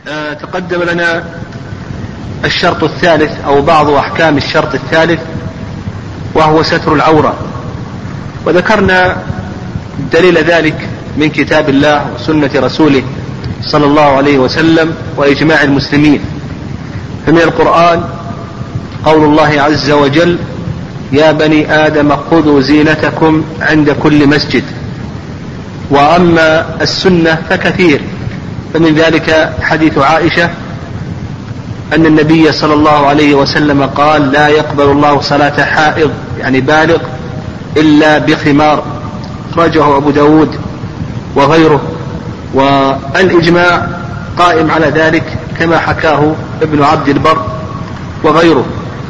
تقدم لنا الشرط الثالث أو بعض أحكام الشرط الثالث وهو ستر العورة، وذكرنا دليل ذلك من كتاب الله وسنة رسوله صلى الله عليه وسلم وإجماع المسلمين. فمن القرآن قول الله عز وجل: يا بني آدم خذوا زينتكم عند كل مسجد. وأما السنة فكثير، فمن ذلك حديث عائشة أن النبي صلى الله عليه وسلم قال: لا يقبل الله صلاة حائض يعني بالغ إلا بخمار، أخرجه أبو داود وغيره، والإجماع قائم على ذلك كما حكاه ابن عبد البر وغيره.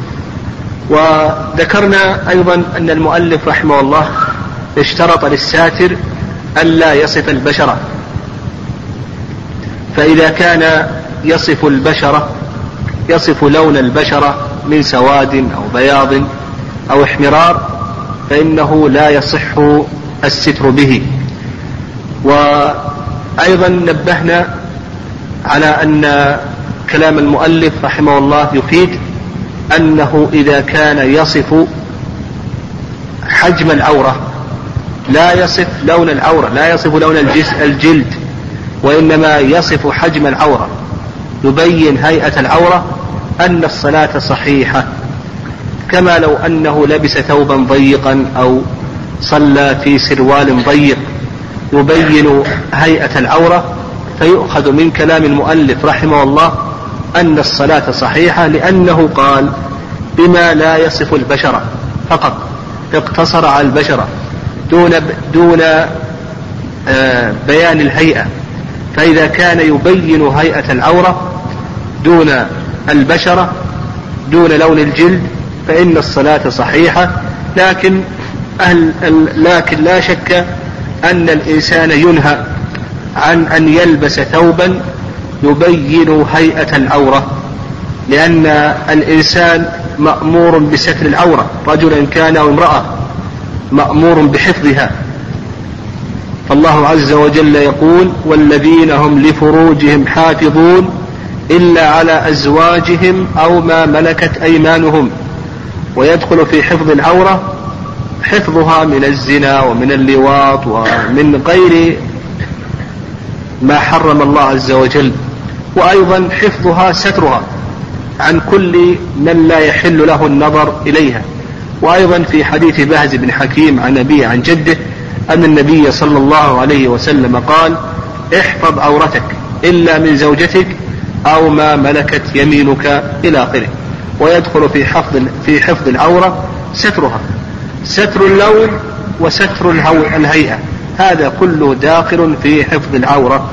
وذكرنا أيضا أن المؤلف رحمه الله اشترط للساتر ألا يصف البشرة، فإذا كان يصف البشرة يصف لون البشرة من سواد أو بياض أو احمرار فإنه لا يصح الستر به. وأيضا نبهنا على أن كلام المؤلف رحمه الله يفيد أنه إذا كان يصف حجم العورة لا يصف لون العورة، لا يصف لون الجلد، وإنما يصف حجم العورة يبين هيئة العورة، أن الصلاة صحيحة، كما لو أنه لبس ثوبا ضيقا أو صلى في سروال ضيق يبين هيئة العورة، فيؤخذ من كلام المؤلف رحمه الله أن الصلاة صحيحة، لأنه قال بما لا يصف البشرة فقط، اقتصر على البشرة دون بيان الهيئة. فإذا كان يبين هيئة العورة دون البشرة دون لون الجلد فإن الصلاة صحيحة. لكن لا شك أن الإنسان ينهى عن أن يلبس ثوبا يبين هيئة العورة، لأن الإنسان مأمور بستر العورة، رجلا كان أو امرأة مأمور بحفظها. فالله عز وجل يقول: والذين هم لفروجهم حافظون إلا على أزواجهم أو ما ملكت أيمانهم. ويدخل في حفظ العورة حفظها من الزنا ومن اللواط ومن غير ما حرم الله عز وجل، وأيضا حفظها سترها عن كل من لا يحل له النظر إليها. وأيضا في حديث بهز بن حكيم عن أبيه عن جده أن النبي صلى الله عليه وسلم قال: احفظ عورتك إلا من زوجتك أو ما ملكت يمينك إلى آخره. ويدخل في حفظ العورة سترها، ستر اللون وستر الهيئة، هذا كله داخل في حفظ العورة.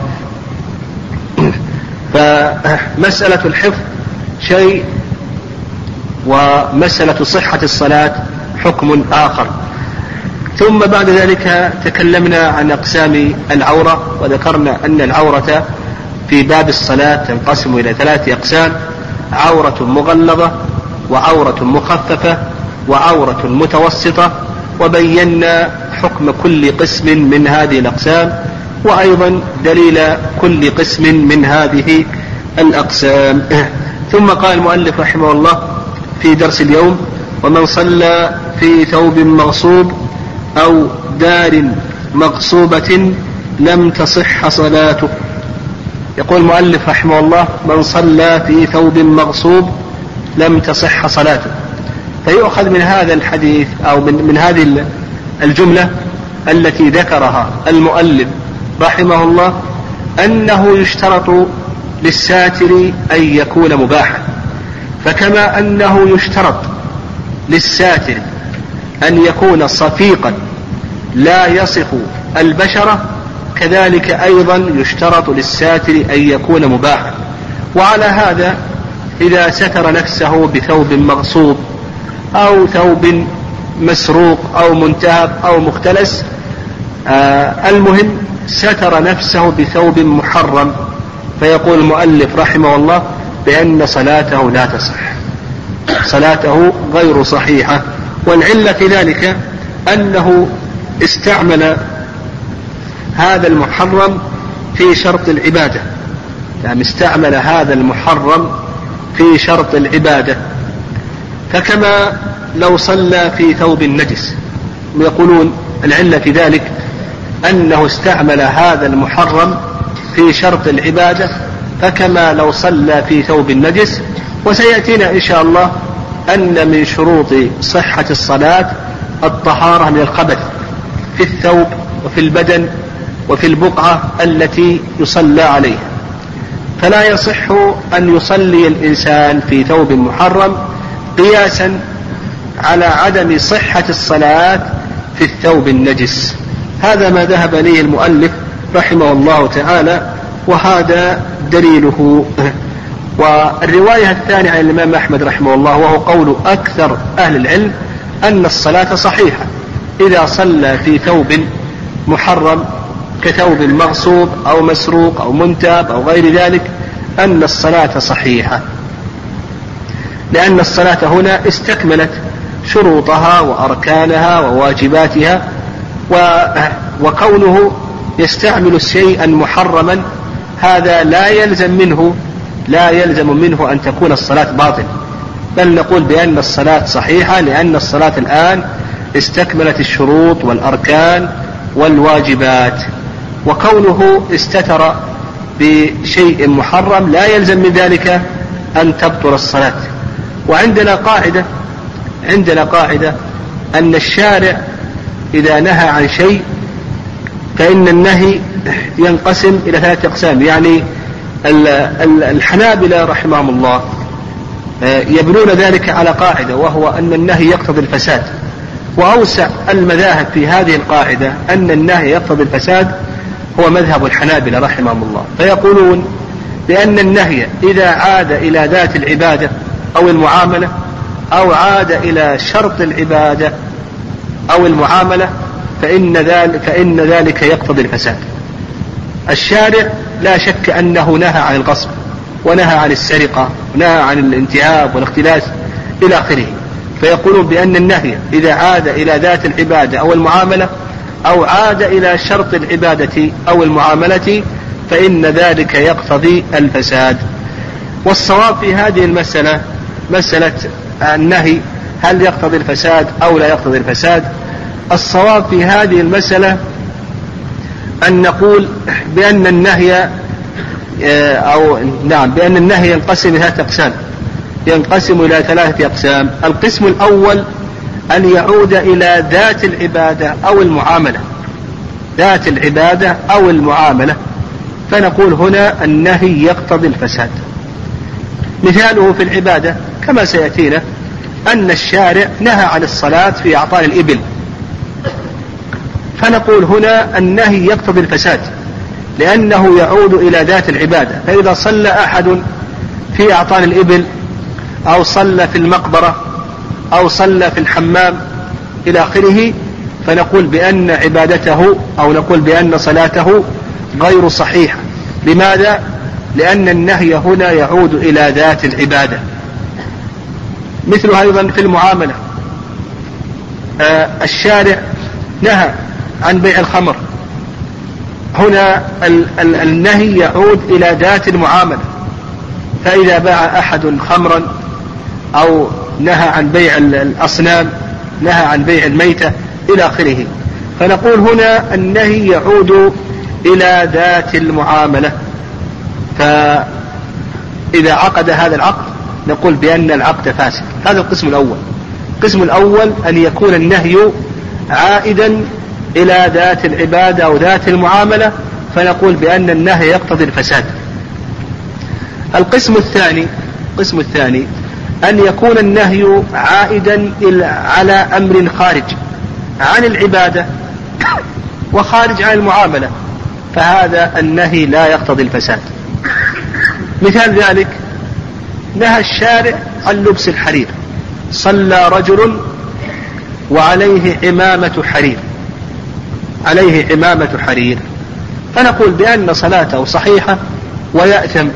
فمسألة الحفظ شيء، ومسألة صحة الصلاة حكم آخر. ثم بعد ذلك تكلمنا عن أقسام العورة، وذكرنا أن العورة في باب الصلاة تنقسم إلى 3 أقسام: عورة مغلظة، وعورة مخففة، وعورة متوسطة. وبينا حكم كل قسم من هذه الأقسام، وأيضا دليل كل قسم من هذه الأقسام. ثم قال المؤلف رحمه الله في درس اليوم: ومن صلى في ثوب مغصوب أو دار مغصوبة لم تصح صلاته. يقول المؤلف رحمه الله: من صلى في ثوب مغصوب لم تصح صلاته. فيؤخذ من هذا الحديث أو من هذه الجملة التي ذكرها المؤلف رحمه الله أنه يشترط للساتر أن يكون مباحا. فكما أنه يشترط للساتر أن يكون صفيقا لا يصف البشرة، كذلك أيضا يشترط للساتر أن يكون مباحا. وعلى هذا إذا ستر نفسه بثوب مغصوب أو ثوب مسروق أو منتهب أو مختلس، المهم ستر نفسه بثوب محرم، فيقول المؤلف رحمه الله بأن صلاته لا تصح، صلاته غير صحيحة. والعلة في ذلك أنه استعمل هذا المحرم في شرط العبادة، يعني استعمل هذا المحرم في شرط العبادة، فكما لو صلى في ثوب نجس. يقولون العلة في ذلك أنه استعمل هذا المحرم في شرط العبادة فكما لو صلى في ثوب نجس. وسيأتينا إن شاء الله أن من شروط صحة الصلاة الطهارة من الخبث في الثوب وفي البدن وفي البقعة التي يصلى عليها، فلا يصح أن يصلي الإنسان في ثوب محرم قياسا على عدم صحة الصلاة في الثوب النجس. هذا ما ذهب إليه المؤلف رحمه الله تعالى، وهذا دليله. والرواية الثانية عن الإمام أحمد رحمه الله، وهو قول أكثر أهل العلم، أن الصلاة صحيحة إذا صلى في ثوب محرم كثوب مغصوب أو مسروق أو منتاب أو غير ذلك، أن الصلاة صحيحة، لأن الصلاة هنا استكملت شروطها وأركانها وواجباتها. وكونه يستعمل شيئا محرما هذا لا يلزم منه أن تكون الصلاة باطلة، بل نقول بأن الصلاة صحيحة، لأن الصلاة الآن استكملت الشروط والأركان والواجبات. وكونه استتر بشيء محرم لا يلزم من ذلك أن تبطل الصلاة. وعندنا قاعدة أن الشارع إذا نهى عن شيء فإن النهي ينقسم إلى 3 أقسام. يعني الحنابلة رحمهم الله يبنون ذلك على قاعدة، وهو أن النهي يقتضي الفساد. وأوسع المذاهب في هذه القاعدة أن النهي يقتضي الفساد هو مذهب الحنابلة رحمهم الله، فيقولون بأن النهي إذا عاد إلى ذات العبادة أو المعاملة، أو عاد إلى شرط العبادة أو المعاملة، فإن ذلك يقتضي الفساد. الشارع لا شك أنه نهى عن الغصب ونهى عن السرقة ونهى عن الانتهاب والاختلاس إلى آخره، فيقولون بأن النهي إذا عاد إلى ذات العبادة أو المعاملة، أو عاد إلى شرط العبادة أو المعاملة، فإن ذلك يقتضي الفساد. والصواب في هذه المسألة، مسألة النهي هل يقتضي الفساد أو لا يقتضي الفساد، الصواب في هذه المسألة أن نقول بأن النهي بأن النهي ينقسم إلى 3 أقسام، ينقسم إلى 3 أقسام. القسم الأول أن يعود إلى ذات العبادة أو المعاملة، ذات العبادة أو المعاملة، فنقول هنا النهي يقتضي الفساد. مثاله في العبادة كما سيأتينا أن الشارع نهى عن الصلاة في أعطان الإبل، فنقول هنا النهي يقتضي الفساد لأنه يعود إلى ذات العبادة. فإذا صلى أحد في أعطان الإبل، أو صلى في المقبرة، أو صلى في الحمام إلى آخره، فنقول بأن عبادته أو نقول بأن صلاته غير صحيحة. لماذا؟ لأن النهي هنا يعود إلى ذات العبادة. مثل أيضا في المعاملة، الشارع نهى عن بيع الخمر، هنا النهي يعود إلى ذات المعاملة، فإذا باع أحد خمرا أو نهى عن بيع الأصنام، نهى عن بيع الميتة إلى آخره، فنقول هنا النهي يعود إلى ذات المعاملة. فإذا عقد هذا العقد نقول بأن العقد فاسد. هذا القسم الأول. القسم الأول أن يكون النهي عائدا إلى ذات العبادة أو ذات المعاملة، فنقول بأن النهي يقتضي الفساد. القسم الثاني أن يكون النهي عائدا على أمر خارج عن العبادة وخارج عن المعاملة، فهذا النهي لا يقتضي الفساد. مثال ذلك نهى الشارع عن لبس الحرير، صلى رجل وعليه عمامة حرير، فنقول بأن صلاته صحيحة ويأثم،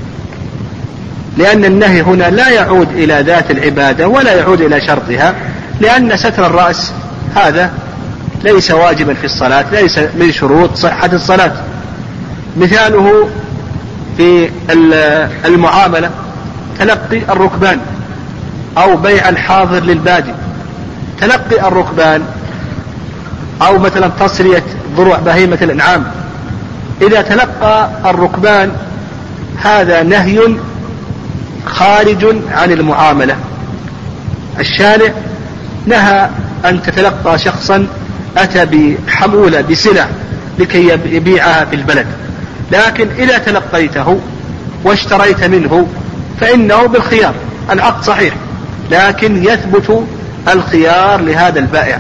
لأن النهي هنا لا يعود إلى ذات العبادة ولا يعود إلى شرطها، لأن ستر الرأس هذا ليس واجبا في الصلاة، ليس من شروط صحة الصلاة. مثاله في المعاملة تلقي الركبان أو بيع الحاضر للبادي. تلقي الركبان أو مثلا تصرية ضروع بهيمة الأنعام، إذا تلقى الركبان هذا نهي خارج عن المعاملة. الشارع نهى أن تتلقى شخصا أتى بحمولة بسلع لكي يبيعها في البلد، لكن إذا تلقيته واشتريت منه فإنه بالخيار، العقد صحيح لكن يثبت الخيار لهذا البائع.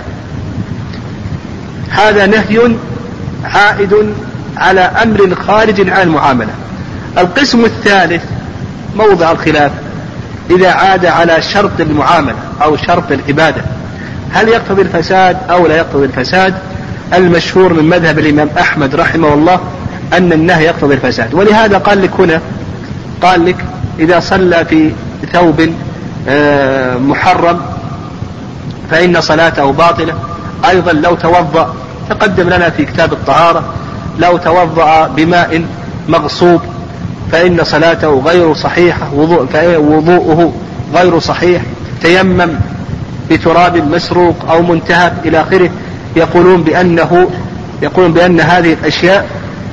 هذا نهي عائد على أمر خارج عن المعاملة. القسم الثالث موضع الخلاف إذا عاد على شرط المعاملة أو شرط العبادة، هل يقتضي الفساد أو لا يقتضي الفساد؟ المشهور من مذهب الإمام أحمد رحمه الله أن النهي يقتضي الفساد، ولهذا قال لك هنا، قال لك إذا صلى في ثوب محرم فإن صلاته باطلة. أيضا لو توضأ، تقدم لنا في كتاب الطهارة، لو توضأ بماء مغصوب فإن صلاته غير صحيحة، وضوءه غير صحيح. تيمم بتراب مسروق أو منتهب إلى آخره، يقولون بأن هذه الأشياء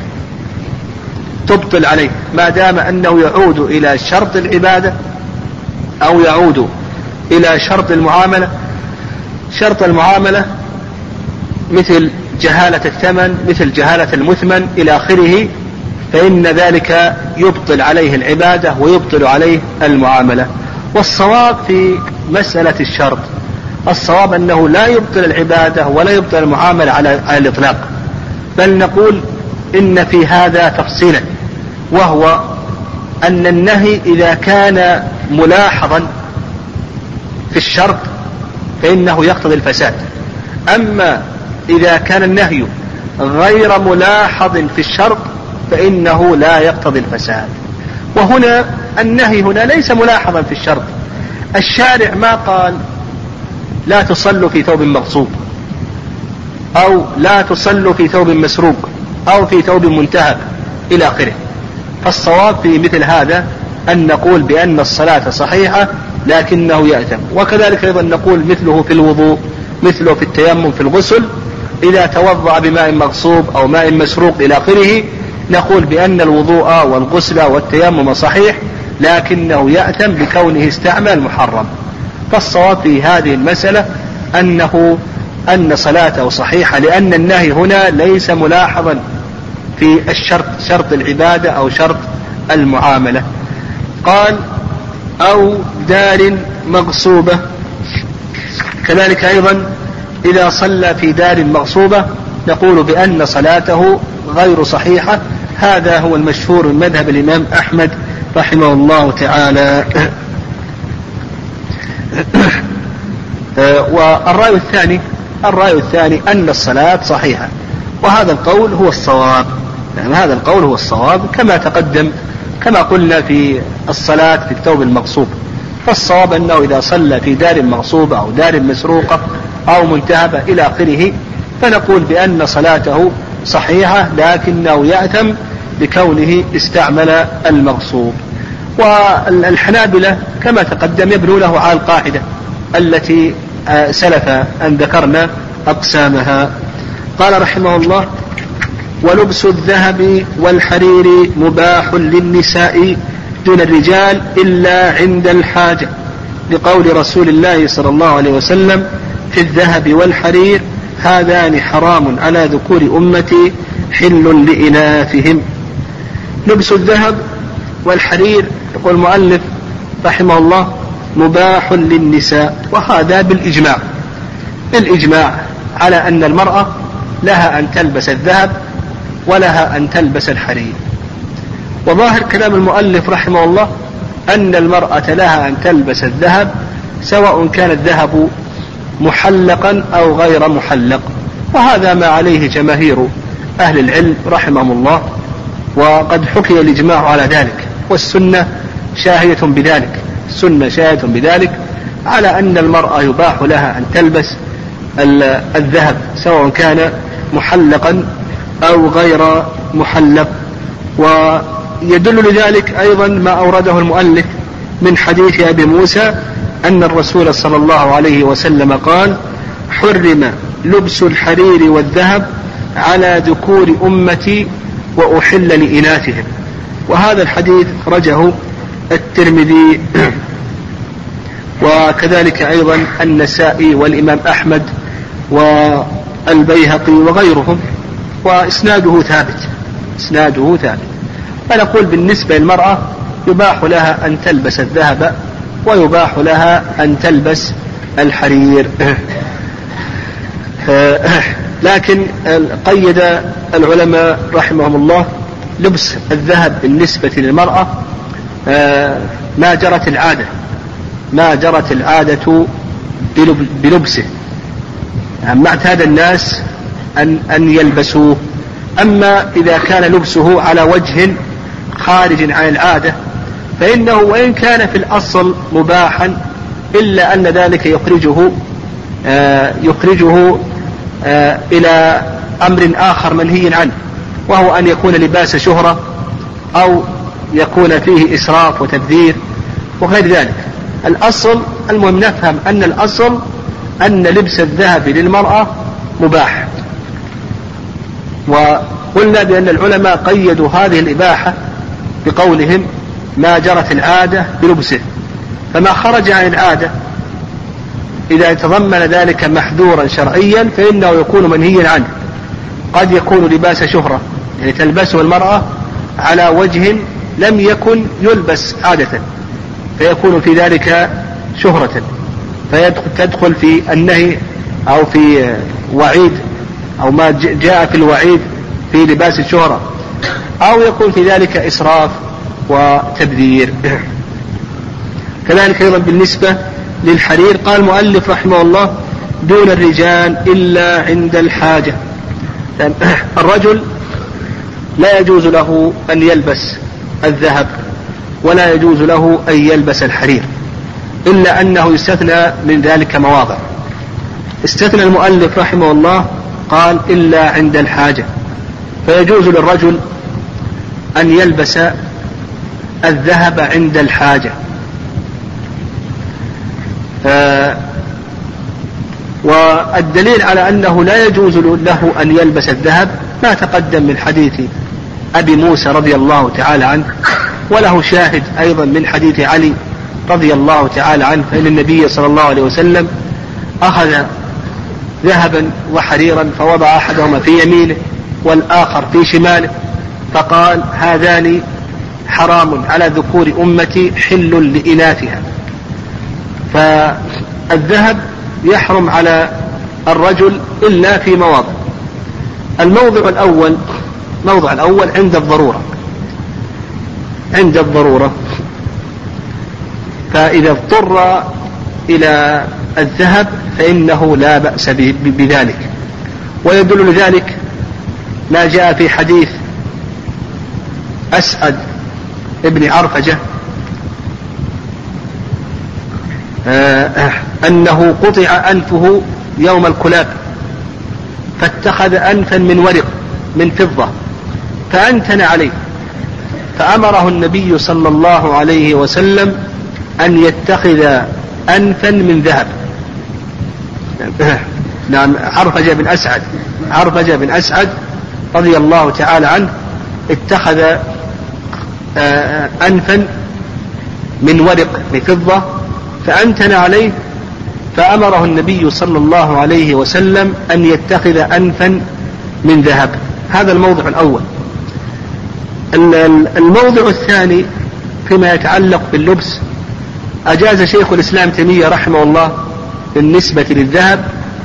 تبطل عليه ما دام أنه يعود إلى شرط العبادة أو يعود إلى شرط المعاملة. شرط المعاملة مثل جهالة الثمن، مثل جهالة المثمن إلى آخره، فإن ذلك يبطل عليه العبادة ويبطل عليه المعاملة. والصواب في مسألة الشرط، الصواب أنه لا يبطل العبادة ولا يبطل المعاملة على الإطلاق، بل نقول إن في هذا تفصيلا، وهو أن النهي إذا كان ملاحظا في الشرط فإنه يقتضي الفساد. أما إذا كان النهي غير ملاحظ في الشرط فإنه لا يقتضي الفساد. وهنا النهي هنا ليس ملاحظا في الشرط. الشارع ما قال لا تصلوا في ثوب مغصوب، أو لا تصلوا في ثوب مسروق، أو في ثوب منتهب إلى آخره. فالصواب في مثل هذا أن نقول بأن الصلاة صحيحة لكنه يأثم. وكذلك أيضا نقول مثله في الوضوء، مثله في التيمم في الغسل، إذا توضأ بماء مغصوب أو ماء مسروق إلى آخره نقول بأن الوضوء والغسل والتيمم صحيح لكنه يأثم بكونه استعمل محرم. فالصواب في هذه المسألة أن صلاته صحيحة، لأن النهي هنا ليس ملاحظا في الشرط، شرط العبادة أو شرط المعاملة. قال أو دار مغصوبة، كذلك أيضا إذا صلى في دار مغصوبة نقول بأن صلاته غير صحيحة. هذا هو المشهور من مذهب الإمام أحمد رحمه الله تعالى. والرأي الثاني أن الصلاة صحيحة، وهذا القول هو الصواب، يعني هذا القول هو الصواب كما تقدم، كما قلنا في الصلاة في الثوب المغصوب. فالصواب أنه إذا صلى في دار مغصوبة أو دار مسروقة أو منتهبة إلى آخره فنقول بأن صلاته صحيحة لكنه يأثم بكونه استعمل المغصوب. والحنابلة كما تقدم يبنونه على القاعدة التي سلف أن ذكرنا أقسامها. قال رحمه الله ولبس الذهب والحرير مباح للنساء دون الرجال إلا عند الحاجة، لقول رسول الله صلى الله عليه وسلم في الذهب والحرير هذان حرام على ذكور أمتي حل لإناثهم. لبس الذهب والحرير يقول المؤلف رحمه الله مباح للنساء، وهذا بالإجماع على أن المرأة لها أن تلبس الذهب ولها أن تلبس الحرير. وظاهر كلام المؤلف رحمه الله أن المرأة لها أن تلبس الذهب سواء كان الذهب محلقا أو غير محلق، وهذا ما عليه جماهير أهل العلم رحمهم الله، وقد حكي الإجماع على ذلك، والسنة شاهدة بذلك، السنة شاهدة بذلك على أن المرأة يباح لها أن تلبس الذهب سواء كان محلقا أو غير محلق. ويدل لذلك أيضا ما أورده المؤلف من حديث أبي موسى أن الرسول صلى الله عليه وسلم قال: حرم لبس الحرير والذهب على ذكور أمتي وأحل لإناثهم. وهذا الحديث خرجه الترمذي وكذلك أيضا النسائي والإمام أحمد والبيهقي وغيرهم، وإسناده ثابت. فنقول بالنسبة للمرأة يباح لها أن تلبس الذهب ويباح لها أن تلبس الحرير. لكن قيد العلماء رحمهم الله لبس الذهب بالنسبة للمرأة ما جرت العادة بلبسه، يعني ما اعتاد الناس أن يلبسوه. أما إذا كان لبسه على وجه خارج عن العادة فإنه وإن كان في الأصل مباحا إلا أن ذلك يخرجه إلى أمر آخر منهي عنه، وهو أن يكون لباس شهرة أو يكون فيه إسراف وتبذير وغير ذلك. الأصل المهم نفهم أن الأصل أن لبس الذهب للمرأة مباح، وقلنا بأن العلماء قيدوا هذه الإباحة بقولهم ما جرت العادة بلبسه، فما خرج عن العادة إذا تضمن ذلك محذورا شرعيا فإنه يكون منهيا عنه. قد يكون لباس شهرة، يعني تلبسه المرأة على وجه لم يكن يلبس عادة، فيكون في ذلك شهرة، فتدخل في النهي أو في وعيد أو ما جاء في الوعيد في لباس الشهرة، أو يكون في ذلك إسراف وتبذير. كذلك أيضا بالنسبة للحرير قال المؤلف رحمه الله: دون الرجال إلا عند الحاجة. الرجل لا يجوز له أن يلبس الذهب ولا يجوز له أن يلبس الحرير، إلا أنه يستثنى من ذلك مواضع. استثنى المؤلف رحمه الله قال: إلا عند الحاجة، فيجوز للرجل أن يلبس الذهب عند الحاجة. والدليل على أنه لا يجوز له أن يلبس الذهب ما تقدم من حديث أبي موسى رضي الله تعالى عنه، وله شاهد أيضا من حديث علي رضي الله تعالى عنه، فإن النبي صلى الله عليه وسلم أخذ ذهبا وحريرا فوضع أحدهما في يمينه والآخر في شماله، فقال: هذان حرام على ذكور أمتي حل لإناثها. فالذهب يحرم على الرجل إلا في مواضع. الموضع الأول عند الضرورة، فإذا اضطر إلى الذهب فإنه لا بأس بذلك. ويدل لذلك ما جاء في حديث أسعد ابن عرفجة أنه قطع أنفه يوم الكلاب فاتخذ أنفا من ورق من فضة فأنتن عليه، فأمره النبي صلى الله عليه وسلم أن يتخذ أنفا من ذهب. نعم، عرفجة بن أسعد رضي الله تعالى عنه اتخذ أنفا من ورق بفضة فأنتن عليه، فأمره النبي صلى الله عليه وسلم أن يتخذ أنفا من ذهب. هذا الموضع الأول. الموضع الثاني فيما يتعلق باللبس، أجاز شيخ الإسلام تيمية رحمه الله بالنسبة للذهب،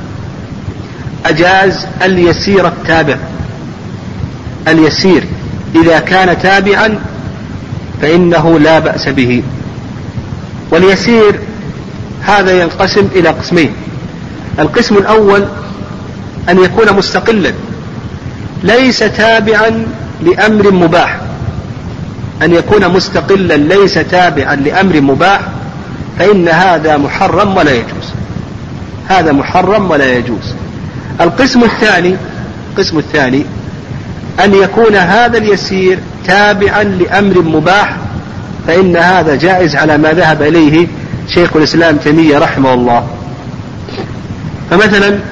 أجاز اليسير التابع. اليسير إذا كان تابعا فإنه لا بأس به. واليسير هذا ينقسم إلى قسمين. القسم الأول أن يكون مستقلا ليس تابعا لأمر مباح، أن يكون مستقلا ليس تابعا لأمر مباح، فإن هذا محرم ولا يجوز. القسم الثاني أن يكون هذا اليسير تابعا لأمر مباح فإن هذا جائز على ما ذهب إليه شيخ الإسلام تيمية رحمه الله. فمثلا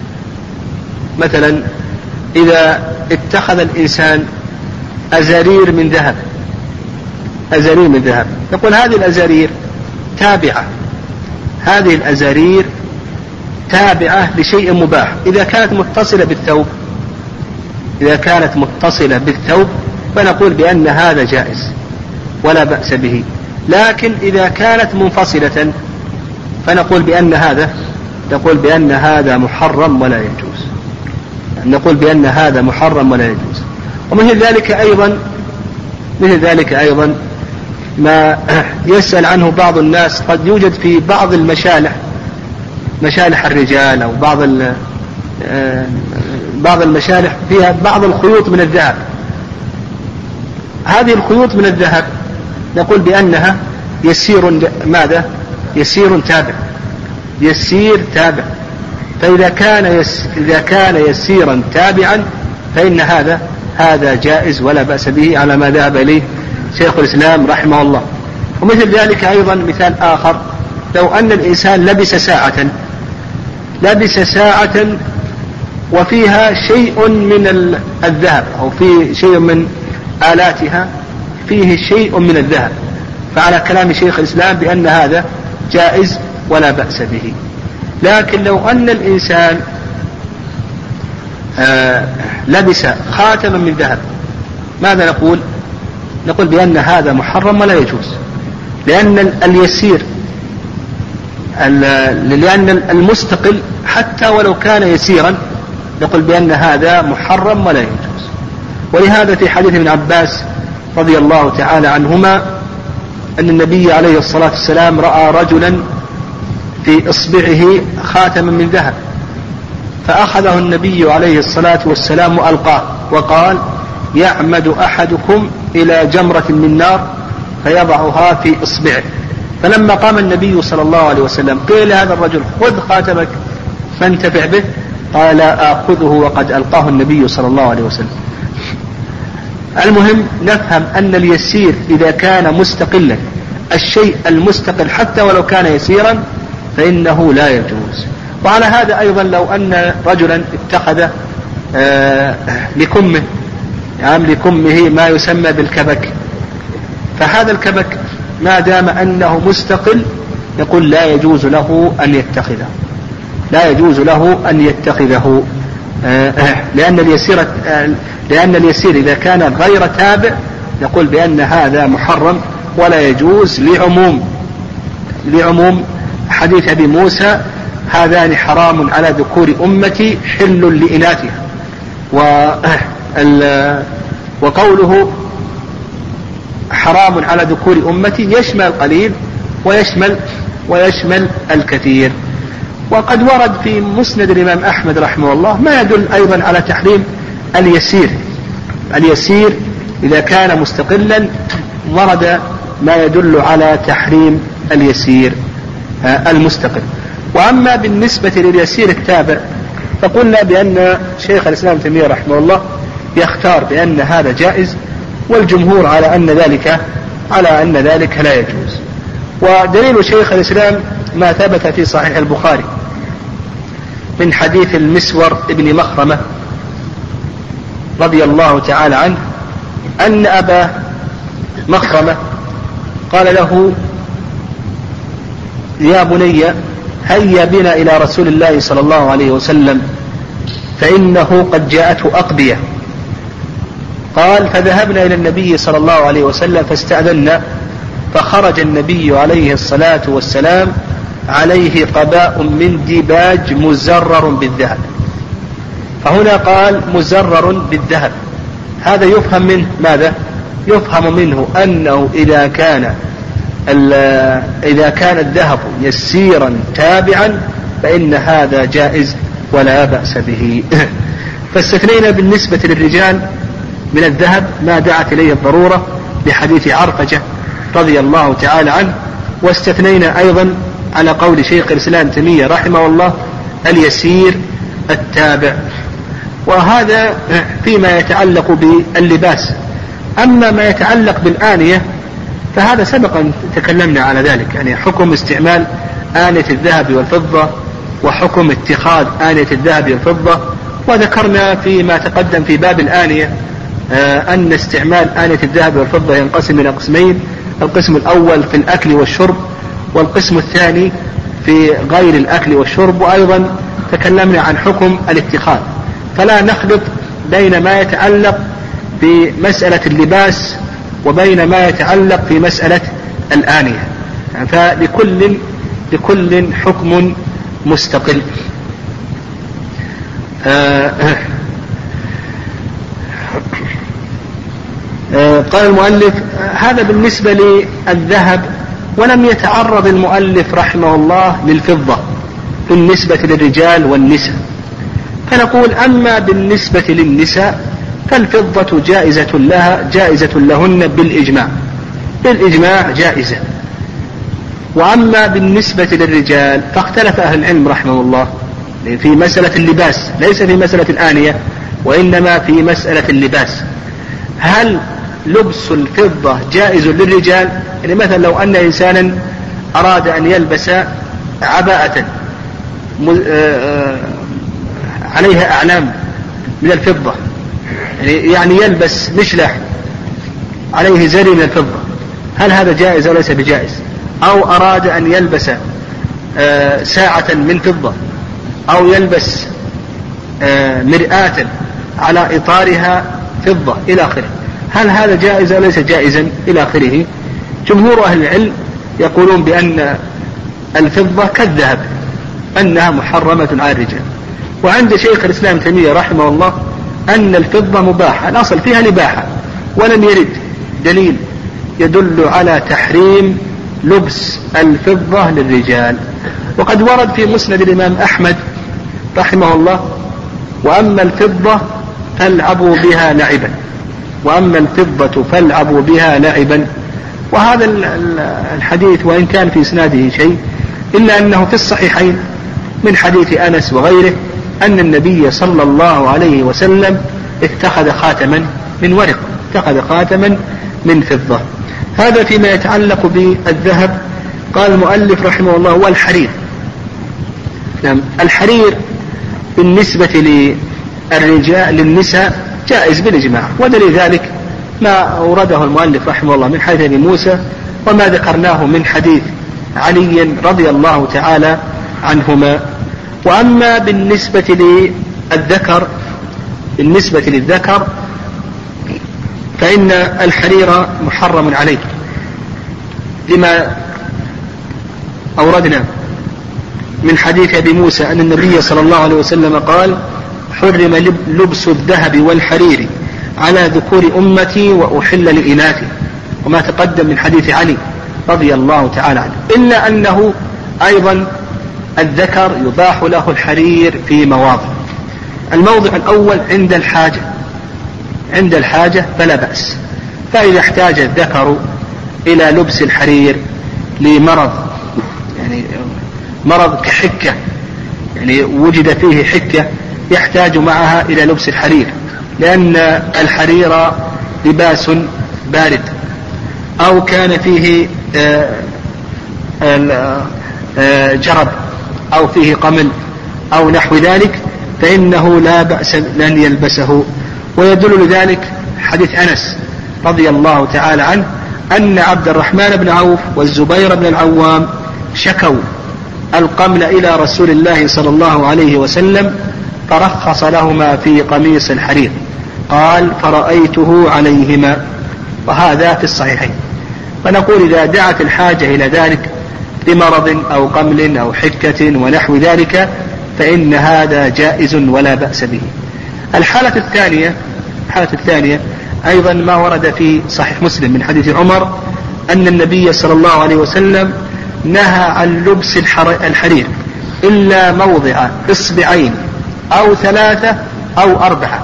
إذا اتخذ الإنسان أزارير من ذهب نقول هذه الأزارير تابعة، هذه الأزارير تابعة لشيء مباح إذا كانت متصلة بالثوب فنقول بأن هذا جائز ولا بأس به. لكن إذا كانت منفصلة فنقول بأن هذا محرم ولا يجوز، ومثل ذلك أيضا ما يسأل عنه بعض الناس، قد يوجد في بعض مشالح الرجال أو بعض المشالح فيها بعض الخيوط من الذهب. هذه الخيوط من الذهب نقول بأنها يسير تابع، فإذا كان يسيرا تابعا فإن هذا جائز ولا بأس به على ما ذهب إليه شيخ الإسلام رحمه الله. ومثل ذلك أيضا مثال آخر، لو أن الإنسان لبس ساعة وفيها شيء من الذهب أو فيه شيء من آلاتها فيه شيء من الذهب، فعلى كلام شيخ الإسلام بأن هذا جائز ولا بأس به. لكن لو أن الإنسان لبس خاتما من ذهب ماذا نقول؟ نقول بأن هذا محرم ولا يجوز، لأن المستقل حتى ولو كان يسيرا نقول بأن هذا محرم ولا يجوز. ولهذا في حديث ابن عباس رضي الله تعالى عنهما أن النبي عليه الصلاة والسلام رأى رجلا في إصبعه خاتما من ذهب، فأخذه النبي عليه الصلاة والسلام وألقاه وقال: يعمد أحدكم إلى جمرة من نار فيضعها في إصبعه. فلما قام النبي صلى الله عليه وسلم قيل لهذا الرجل: خذ خاتمك فانتفع به، قال: لا آخذه وقد ألقاه النبي صلى الله عليه وسلم. المهم نفهم أن اليسير إذا كان مستقلا، الشيء المستقل حتى ولو كان يسيرا فإنه لا يجوز. وعلى هذا أيضا لو أن رجلا اتخذ لكمه ما يسمى بالكبك، فهذا الكبك ما دام أنه مستقل يقول لا يجوز له أن يتخذه، لأن اليسير إذا كان غير تابع نقول بأن هذا محرم ولا يجوز، لعموم حديث أبي موسى: هذان حرام على ذكور أمتي حل لإناثها. وقوله حرام على ذكور أمتي يشمل القليل ويشمل الكثير. وقد ورد في مسند الإمام أحمد رحمه الله ما يدل أيضا على تحريم اليسير إذا كان مستقلا، ورد ما يدل على تحريم اليسير المستقل. وأما بالنسبة لليسير التابع فقلنا بأن شيخ الإسلام تيمية رحمه الله يختار بأن هذا جائز، والجمهور على أن ذلك لا يجوز. ودليل شيخ الإسلام ما ثبت في صحيح البخاري من حديث المسور ابن مخرمة رضي الله تعالى عنه أن أبا مخرمة قال له: يا بني هيا بنا إلى رسول الله صلى الله عليه وسلم فإنه قد جاءته أقبية. قال: فذهبنا إلى النبي صلى الله عليه وسلم فاستأذنا، فخرج النبي عليه الصلاة والسلام عليه قباء من ديباج مزرر بالذهب. فهنا قال مزرر بالذهب، هذا يفهم منه ماذا؟ يفهم منه أنه إذا كان الذهب يسيرا تابعا فإن هذا جائز ولا بأس به. فاستثنينا بالنسبة للرجال من الذهب ما دعت إليه الضرورة لحديث عرفجة رضي الله تعالى عنه، واستثنينا أيضا على قول شيخ الإسلام تيمية رحمه الله اليسير التابع. وهذا فيما يتعلق باللباس. أما ما يتعلق بالآنية فهذا سبق أن تكلمنا على ذلك، يعني حكم استعمال آنية الذهب والفضة وحكم اتخاذ آنية الذهب والفضة. وذكرنا فيما تقدم في باب الآنية أن استعمال آنية الذهب والفضة ينقسم إلى قسمين: القسم الأول في الأكل والشرب، والقسم الثاني في غير الأكل والشرب. وأيضا تكلمنا عن حكم الاتخاذ، فلا نخلط بين ما يتعلق بمسألة اللباس وبين ما يتعلق في مسألة الآنية، فلكل حكم مستقل. قال المؤلف: هذا بالنسبة للذهب، ولم يتعرض المؤلف رحمه الله للفضة بالنسبة للرجال والنساء. فنقول: أما بالنسبة للنساء فالفضة جائزة لهن بالإجماع جائزة. وأما بالنسبة للرجال فاختلف أهل العلم رحمه الله في مسألة اللباس، ليس في مسألة الآنية وإنما في مسألة اللباس. هل لبس الفضة جائز للرجال؟ يعني مثلا لو أن إنسانا أراد أن يلبس عباءة عليها أعلام من الفضة، يعني يلبس مشلح عليه زري من الفضة، هل هذا جائز أو ليس بجائز؟ أو أراد أن يلبس ساعة من فضة، أو يلبس مرآة على إطارها فضة إلى آخره، هل هذا جائز أو ليس جائزا إلى آخره؟ جمهور أهل العلم يقولون بأن الفضة كالذهب، أنها محرمة على الرجال. وعند شيخ الإسلام تيمية رحمه الله أن الفضة مباحة، الأصل فيها الإباحة، ولم يرد دليل يدل على تحريم لبس الفضة للرجال. وقد ورد في مسند الإمام أحمد رحمه الله: وأما الفضة فالعبوا بها لعبا، وأما الفضة فالعبوا بها لعبا. وهذا الحديث وإن كان في إسناده شيء إلا أنه في الصحيحين من حديث أنس وغيره أن النبي صلى الله عليه وسلم اتخذ خاتما من ورق، اتخذ خاتما من فضة. هذا فيما يتعلق بالذهب. قال المؤلف رحمه الله: والحرير. الحرير بالنسبة للرجال للنساء جائز بالإجماع، ودليل ذلك ما أورده المؤلف رحمه الله من حديث أبي موسى وما ذكرناه من حديث علي رضي الله تعالى عنهما. وأما بالنسبة للذكر فإن الحرير محرم عليه لما أوردنا من حديث أبي موسى أن النبي صلى الله عليه وسلم قال: حرم لبس الذهب والحرير على ذكور أمتي وأحل لإناثي، وما تقدم من حديث علي رضي الله تعالى عنه. إلا أنه أيضا الذكر يباح له الحرير في مواضع. الموضع الأول عند الحاجة فلا بأس، فإذا احتاج الذكر إلى لبس الحرير لمرض، يعني مرض كحكة، يعني وجد فيه حكة يحتاج معها إلى لبس الحرير، لأن الحرير لباس بارد، أو كان فيه جرب أو فيه قمل أو نحو ذلك، فإنه لا بأس أن يلبسه. ويدل لذلك حديث أنس رضي الله تعالى عنه أن عبد الرحمن بن عوف والزبير بن العوام شكوا القمل إلى رسول الله صلى الله عليه وسلم فرخص لهما في قميص الحرير، قال: فرأيته عليهما. وهذا في الصحيحين. فنقول إذا دعت الحاجة إلى ذلك لمرض أو قمل أو حكة ونحو ذلك فإن هذا جائز ولا بأس به. الحالة الثانية أيضا ما ورد في صحيح مسلم من حديث عمر أن النبي صلى الله عليه وسلم نهى عن لبس الحرير إلا موضع إصبعين أو 3 أو 4.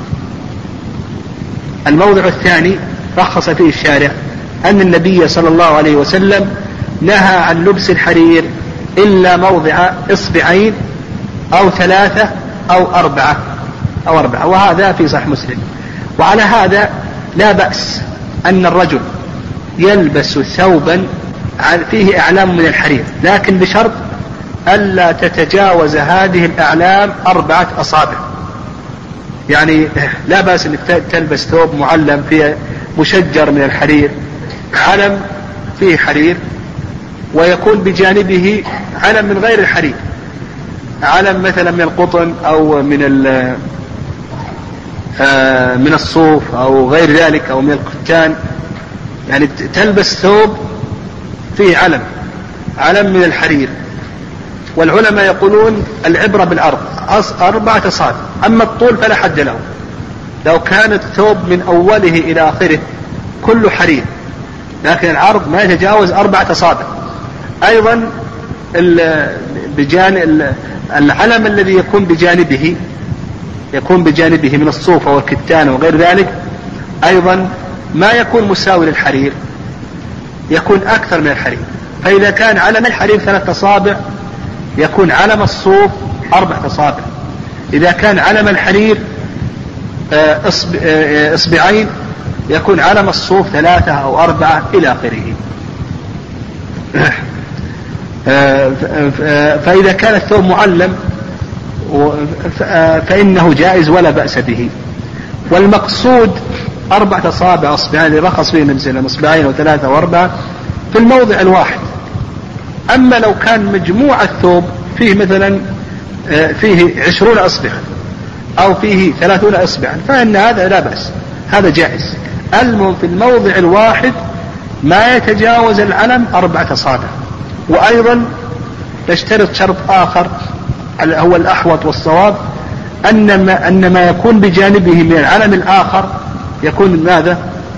الموضع الثاني رخص فيه الشارع أن النبي صلى الله عليه وسلم نهى عن لبس الحرير إلا موضع إصبعين أو 3 أو 4 وهذا في صحيح مسلم. وعلى هذا لا بأس أن الرجل يلبس ثوبا فيه أعلام من الحرير، لكن بشرط ألا تتجاوز هذه الأعلام 4 أصابع. يعني لا بأس أنك تلبس ثوب معلم فيه مشجر من الحرير، علم فيه حرير، ويكون بجانبه علم من غير الحرير، علم مثلا من القطن أو من الصوف أو غير ذلك أو من الكتان. يعني تلبس ثوب فيه علم من الحرير. والعلماء يقولون العبرة بالعرض 4 أصابع، أما الطول فلا حد له. لو كان الثوب من أوله إلى آخره كله حرير، لكن العرض ما يتجاوز 4 أصابع. أيضا العلم الذي يكون بجانبه من الصوف والكتان وغير ذلك أيضا ما يكون مساوي للحرير، يكون أكثر من الحرير. فإذا كان علم الحرير 3 أصابع يكون علم الصوف 4 أصابع. إذا كان علم الحرير إصبعين يكون علم الصوف 3 أو 4 إلى آخره. فإذا كان الثوب معلم فإنه جائز ولا بأس به. والمقصود 4 أصابع أصبعان رخص فيه النبي صلى الله عليه وسلم، 2 أو 3 أو 4 في الموضع الواحد. أما لو كان مجموع الثوب فيه مثلا فيه 20 أصبعا أو فيه 30 أصبعا فإن هذا لا بأس، هذا جائز. المهم في الموضع الواحد ما يتجاوز العلم 4 أصابع. وأيضا نشترط شرط آخر هو الأحوط والصواب، أن ما يكون بجانبه من العلم الآخر يكون ماذا؟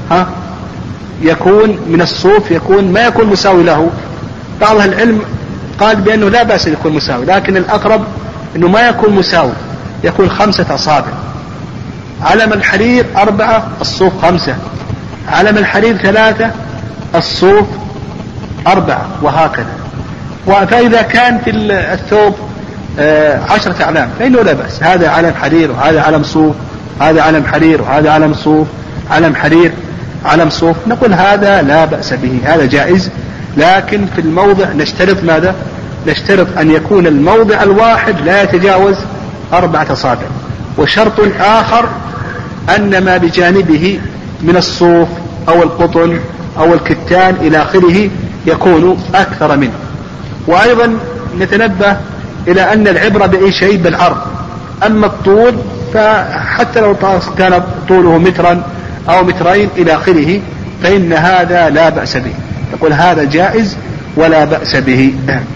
يكون من الصوف، ما يكون مساوي له. بعض العلم قال بأنه لا بأس يكون مساوي، لكن الأقرب أنه ما يكون مساوي، يكون 5 أصابع. علم الحرير 4، الصوف 5. علم الحرير 3، الصوف 4، وهكذا. فإذا كان في الثوب 10 أعلام فإنه لا بأس، هذا علم حرير وهذا علم صوف، هذا علم حرير وهذا علم صوف، علم حرير علم صوف، نقول هذا لا بأس به، هذا جائز. لكن في الموضع نشترط ماذا؟ نشترط أن يكون الموضع الواحد لا يتجاوز 4 أصابع. وشرط آخر أن ما بجانبه من الصوف أو القطن أو الكتان إلى آخره يكون أكثر منه. وأيضا نتنبه إلى أن العبرة بأي شيء بالعرض. أما الطول فحتى لو كان طوله 1 متر أو 2 متر إلى آخره فإن هذا لا بأس به، نقول هذا جائز ولا بأس به.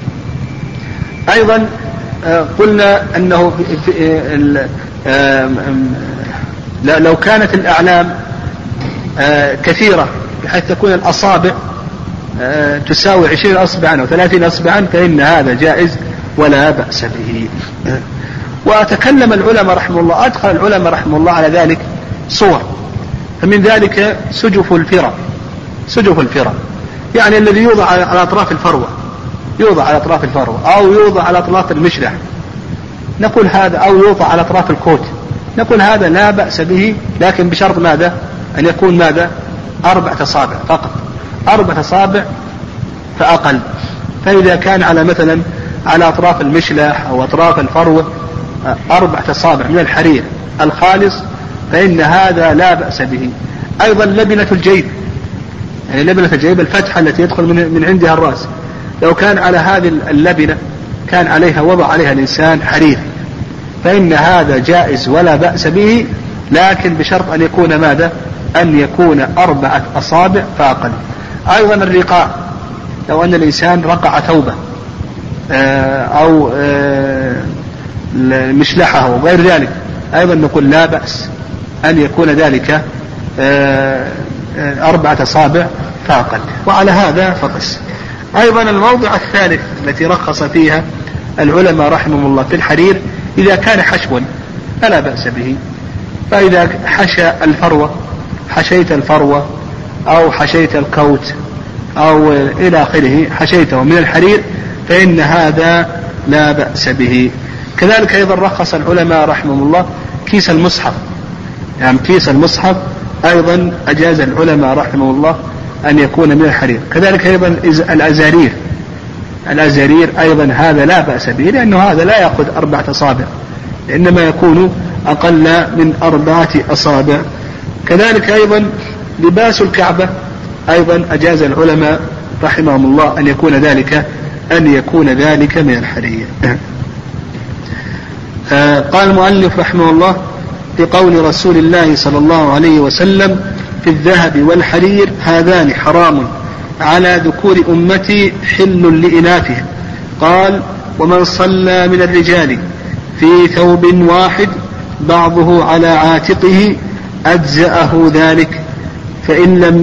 أيضا قلنا أنه لو كانت الأعلام كثيرة بحيث تكون الأصابع تساوي 20 أصبعا أو 30 أصبعا فإن هذا جائز ولا بأس به. وتكلم العلماء رحمه الله، أدخل العلماء رحمه الله على ذلك صور، فمن ذلك سجف الفرة، يعني الذي يوضع على أطراف الفروة، أو يوضع على أطراف المشلح، نقول هذا، أو يوضع على أطراف الكوت، نقول هذا لا بأس به، لكن بشرط ماذا؟ أن يكون ماذا؟ 4 أصابع فقط، 4 أصابع فأقل. فإذا كان على مثلا على أطراف المشلح أو أطراف الفروة 4 أصابع من الحرير الخالص فإن هذا لا بأس به. أيضا لبنة الجيب، يعني لبنة الجيب الفتحة التي يدخل من عندها الرأس، لو كان على هذه اللبنة كان عليها وضع عليها الإنسان حرير فإن هذا جائز ولا بأس به، لكن بشرط أن يكون ماذا؟ أن يكون 4 أصابع فأقل. أيضا الرقاع، لو أن الإنسان رقع ثوبه أو مشلحه وغير ذلك أيضا نقول لا بأس أن يكون ذلك 4 أصابع فأقل، وعلى هذا فقس. أيضا الموضع الثالث التي رخص فيها العلماء رحمهم الله في الحرير إذا كان حشوا فلا بأس به. فإذا حشيت الفروة أو حشيت الكوت أو إلى آخره حشيته من الحرير فإن هذا لا بأس به. كذلك أيضا رخص العلماء رحمهم الله كيس المصحف، يعني كيس المصحف أيضا أجاز العلماء رحمه الله أن يكون من الحرير. كذلك أيضا الأزارير أيضا هذا لا بأس به، لأنه هذا لا يأخذ 4 أصابع، إنما يكون أقل من 4 أصابع. كذلك أيضا لباس الكعبة أيضا أجاز العلماء رحمهم الله أن يكون ذلك من الحرير. قال المؤلف رحمه الله: لقول رسول الله صلى الله عليه وسلم: في الذهب والحرير هذان حرام على ذكور أمتي حل لإناثهم. قال: ومن صلى من الرجال في ثوب واحد بعضه على عاتقه أجزأه ذلك، فإن لم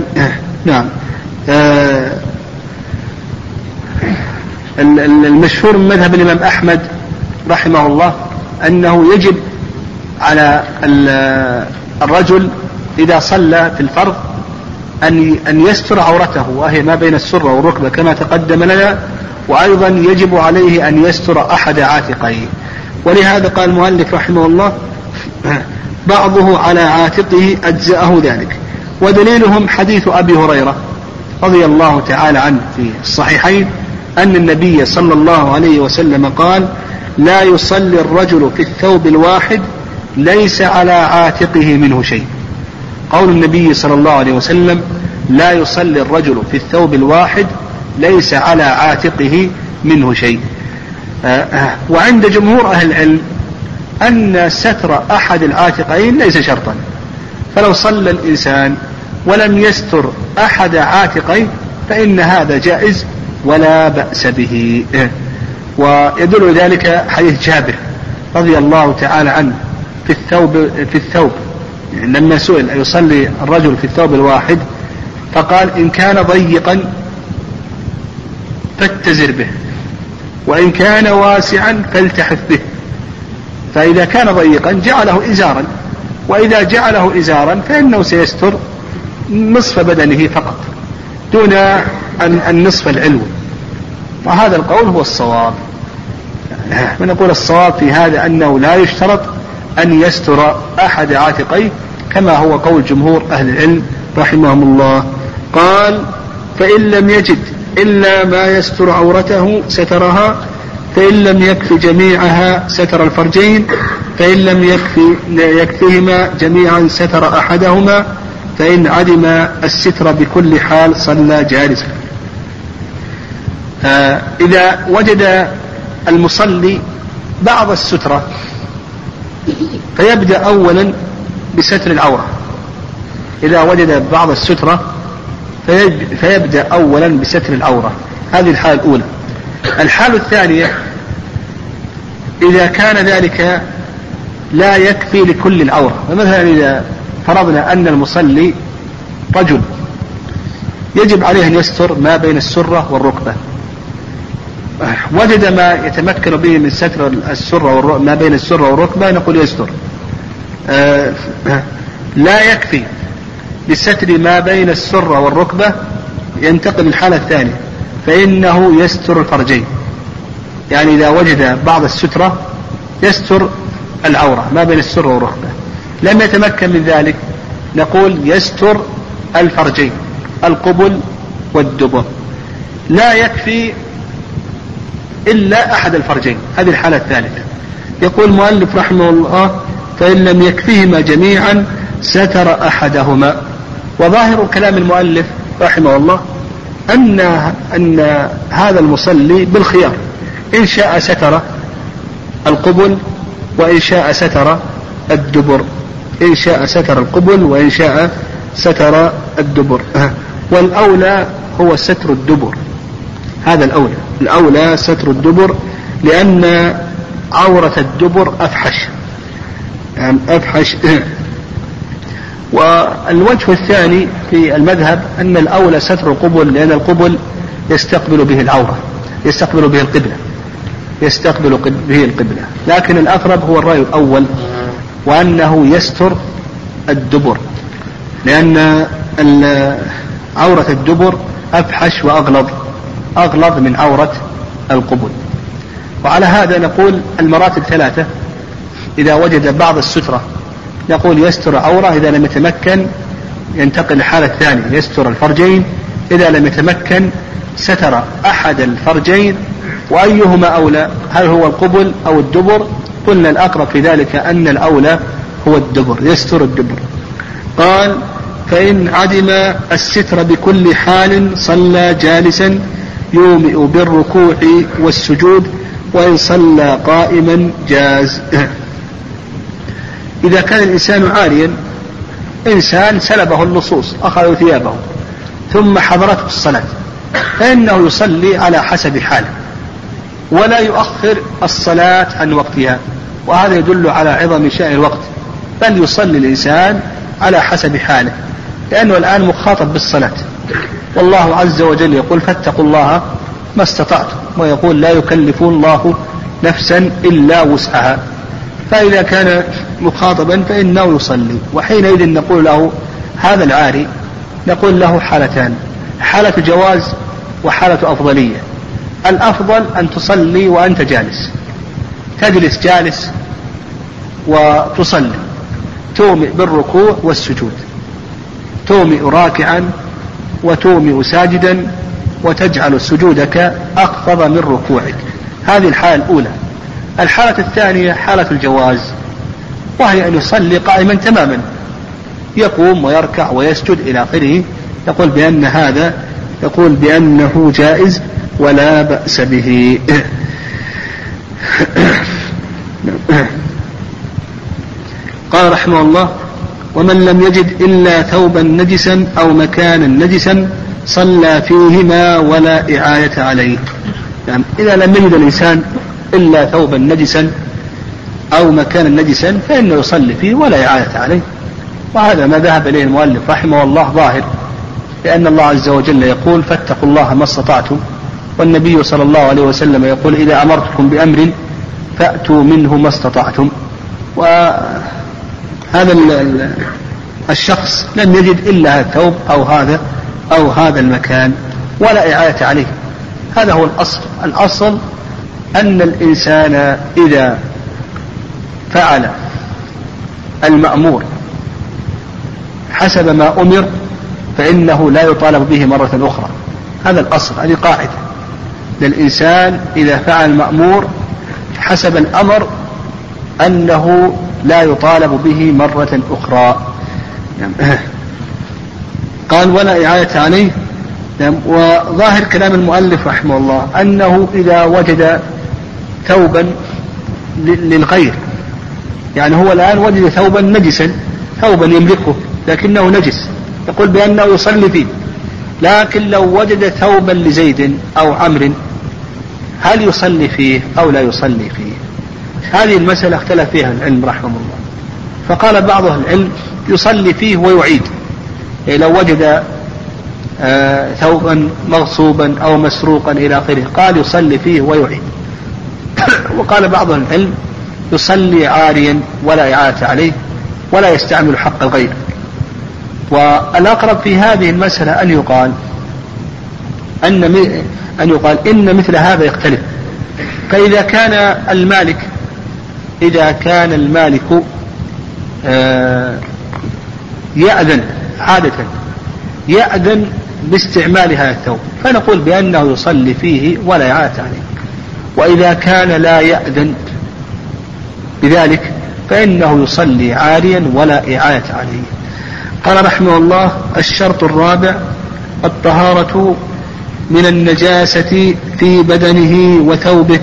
المشهور من مذهب الإمام أحمد رحمه الله أنه يجب على الرجل إذا صلى في الفرض أن يستر عورته، وهي ما بين السرة والركبة كما تقدم لنا، وأيضا يجب عليه أن يستر أحد عاتقيه. ولهذا قال المؤلف رحمه الله: بعضه على عاتقه أجزأه ذلك. ودليلهم حديث أبي هريرة رضي الله تعالى عنه في الصحيحين أن النبي صلى الله عليه وسلم قال: لا يصلي الرجل في الثوب الواحد ليس على عاتقه منه شيء. قول النبي صلى الله عليه وسلم: لا يصلي الرجل في الثوب الواحد ليس على عاتقه منه شيء. وعند جمهور أهل العلم أن ستر أحد العاتقين ليس شرطا، فلو صلى الإنسان ولم يستر أحد عاتقين فإن هذا جائز ولا بأس به. ويدل ذلك حديث جابر رضي الله تعالى عنه في الثوب لما سئل أيصلي الرجل في الثوب الواحد فقال: إن كان ضيقا فاتزر به، وإن كان واسعا فالتحف به. فإذا كان ضيقا جعله إزارا، وإذا جعله إزارا فإنه سيستر نصف بدنه فقط دون النصف العلوي. وهذا القول هو الصواب. ونقول الصواب في هذا أنه لا يشترط أن يستر أحد عاتقيه كما هو قول جمهور أهل العلم رحمهم الله. قال: فإن لم يجد إلا ما يستر عورته سترها، فإن لم يكف جميعها ستر الفرجين، فإن لم يكفهما جميعا ستر أحدهما، فإن عدم الستر بكل حال صلى جالسا. إذا وجد المصلي بعض السترة فيبدأ أولا بستر العورة. إذا وجد بعض السترة فيبدأ أولا بستر العورة. هذه الحالة الأولى. الحالة الثانية: إذا كان ذلك لا يكفي لكل العورة. فمثلا إذا فرضنا أن المصلي رجل يجب عليه أن يستر ما بين السرة والركبة، وجد ما يتمكن به من ستر السرة ما بين السرة والركبة نقول يستر. لا يكفي لستر ما بين السرة والركبة ينتقل الحالة الثانية، فإنه يستر الفرجين. يعني إذا وجد بعض السترة يستر العورة ما بين السرة والركبة، لم يتمكن من ذلك نقول يستر الفرجين القبل والدبر. لا يكفي إلا أحد الفرجين، هذه الحالة الثالثة. يقول المؤلف رحمه الله: فإن لم يكفيهما جميعا ستر أحدهما. وظاهر كلام المؤلف رحمه الله أن هذا المصلي بالخيار، إن شاء ستر القبل وإن شاء ستر الدبر، إن شاء ستر القبل وإن شاء ستر الدبر. والأولى هو ستر الدبر، هذا الأولى ستر الدبر، لأن عورة الدبر أفحش يعني أفحش. والوجه الثاني في المذهب أن الأولى ستر القبل، لأن القبل يستقبل به العورة، يستقبل به القبلة. لكن الأقرب هو الرأي الأول، وأنه يستر الدبر، لأن عورة الدبر أفحش وأغلظ من عورة القبل. وعلى هذا نقول المراتب 3: إذا وجد بعض السترة نقول يستر عورة إذا لم يتمكن ينتقل للحالة الثانية يستر الفرجين، إذا لم يتمكن ستر أحد الفرجين، وأيهما أولى؟ هل هو القبل أو الدبر؟ قلنا الأقرب في ذلك أن الأولى هو الدبر، يستر الدبر. قال فإن عدم الستر بكل حال صلى جالسا يومئ بالركوع والسجود، وإن صلى قائما جاز. إذا كان الإنسان عاريا، إنسان سلبه اللصوص أخذوا ثيابه ثم حضرته الصلاة، فإنه يصلي على حسب حاله ولا يؤخر الصلاة عن وقتها، وهذا يدل على عظم شأن الوقت، بل يصلي الإنسان على حسب حاله، لأنه الآن مخاطب بالصلاة، والله عز وجل يقول فاتقوا الله ما استطعتم، ويقول لا يكلف الله نفسا إلا وسعها. فإذا كان مخاطبا فإنه يصلي، وحينئذ نقول له هذا العاري نقول له حالتان: حالة جواز وحالة أفضلية. الأفضل أن تصلي وأنت جالس، تجلس جالس وتصلي، تومئ بالركوع والسجود، تومئ راكعا وتومئ ساجدا، وتجعل سجودك أخفض من ركوعك. هذه الحالة الأولى. الحالة الثانية حالة الجواز، وهي أن يصلي قائما تماما، يقوم ويركع ويسجد إلى آخره، يقول بأن هذا يقول بأنه جائز ولا بأس به. قال رحمه الله: ومن لم يجد إلا ثوبا نجسا أو مكانا نجسا صلى فيهما ولا إعادة عليه. يعني إذا لم يجد الإنسان إلا ثوبا نجسا أو مكانا نجسا فإنه يصلي فيه ولا إعادة عليه، وهذا ما ذهب إليه المؤلف رحمه الله ظاهر، لأن الله عز وجل يقول فاتقوا الله ما استطعتم، والنبي صلى الله عليه وسلم يقول إذا أمرتكم بأمر فأتوا منه ما استطعتم. وهذا الشخص لم يجد إلا هذا الثوب أو هذا المكان ولا إعادة عليه. هذا هو الأصل. الأصل أن الإنسان إذا فعل المأمور حسب ما أمر فإنه لا يطالب به مرة أخرى. هذا الأصل، هذه قاعدة للإنسان إذا فعل المأمور حسب الأمر أنه لا يطالب به مرة أخرى. قال ولا إعادة عليه. وظاهر كلام المؤلف رحمه الله أنه إذا وجد ثوبا للغير، يعني هو الآن وجد ثوبا نجسا، ثوبا يملكه لكنه نجس، يقول بأنه يصلي فيه. لكن لو وجد ثوبا لزيد أو عمرو هل يصلي فيه أو لا يصلي فيه؟ هذه المسألة اختلف فيها العلم رحمه الله. فقال بعض أهل العلم يصلي فيه ويعيد، يعني لو وجد ثوبا مغصوبا أو مسروقا إلى آخره قال يصلي فيه ويعيد. وقال بعض العلم يصلي عاريا ولا إعادة عليه ولا يستعمل حق الغير. والأقرب في هذه المسألة أن يقال إن مثل هذا يختلف. فإذا كان المالك يأذن عادة يأذن باستعمال هذا الثوب فنقول بأنه يصلي فيه ولا إعادة عليه. وإذا كان لا يأذن بذلك فإنه يصلي عاريا ولا إعادة عليه. قال رحمه الله: الشرط الرابع الطهارة من النجاسة في بدنه وثوبه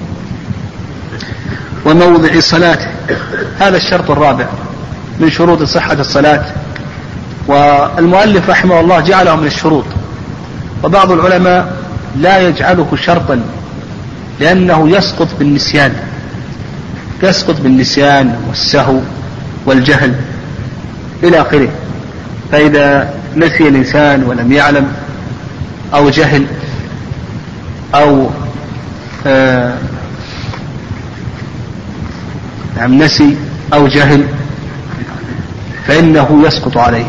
وموضع صلاته. هذا الشرط الرابع من شروط صحة الصلاة، والمؤلف رحمه الله جعله من الشروط، وبعض العلماء لا يجعله شرطا لأنه يسقط بالنسيان والسهو والجهل إلى آخره. فإذا نسي الإنسان ولم يعلم أو جهل أو نسي أو جهل فإنه يسقط عليه.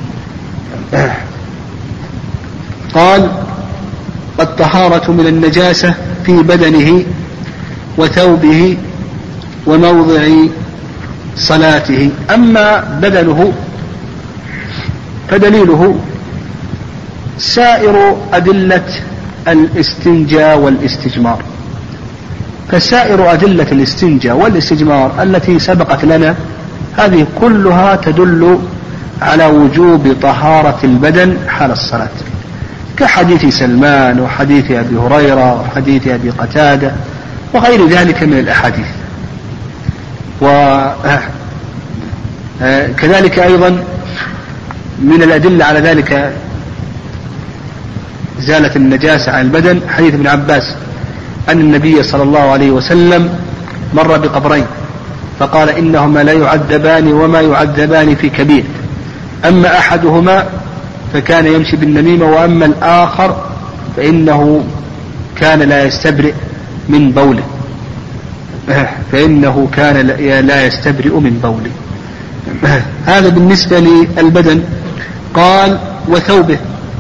قال: الطهارة من النجاسة في بدنه وثوبه وموضع صلاته. أما بدنه فدليله سائر أدلة الاستنجاء والاستجمار. فسائر أدلة الاستنجاء والاستجمار التي سبقت لنا هذه كلها تدل على وجوب طهارة البدن حال الصلاة، كحديث سلمان وحديث أبي هريرة وحديث أبي قتادة وغير ذلك من الأحاديث. وكذلك أيضا من الأدلة على ذلك زالت النجاسة عن البدن حديث ابن عباس أن النبي صلى الله عليه وسلم مر بقبرين فقال إنهما لا يعذبان وما يعذبان في كبير، أما أحدهما فكان يمشي بالنميمة وأما الآخر فإنه كان لا يستبرئ من بوله، هذا بالنسبة للبدن. قال وثوبه،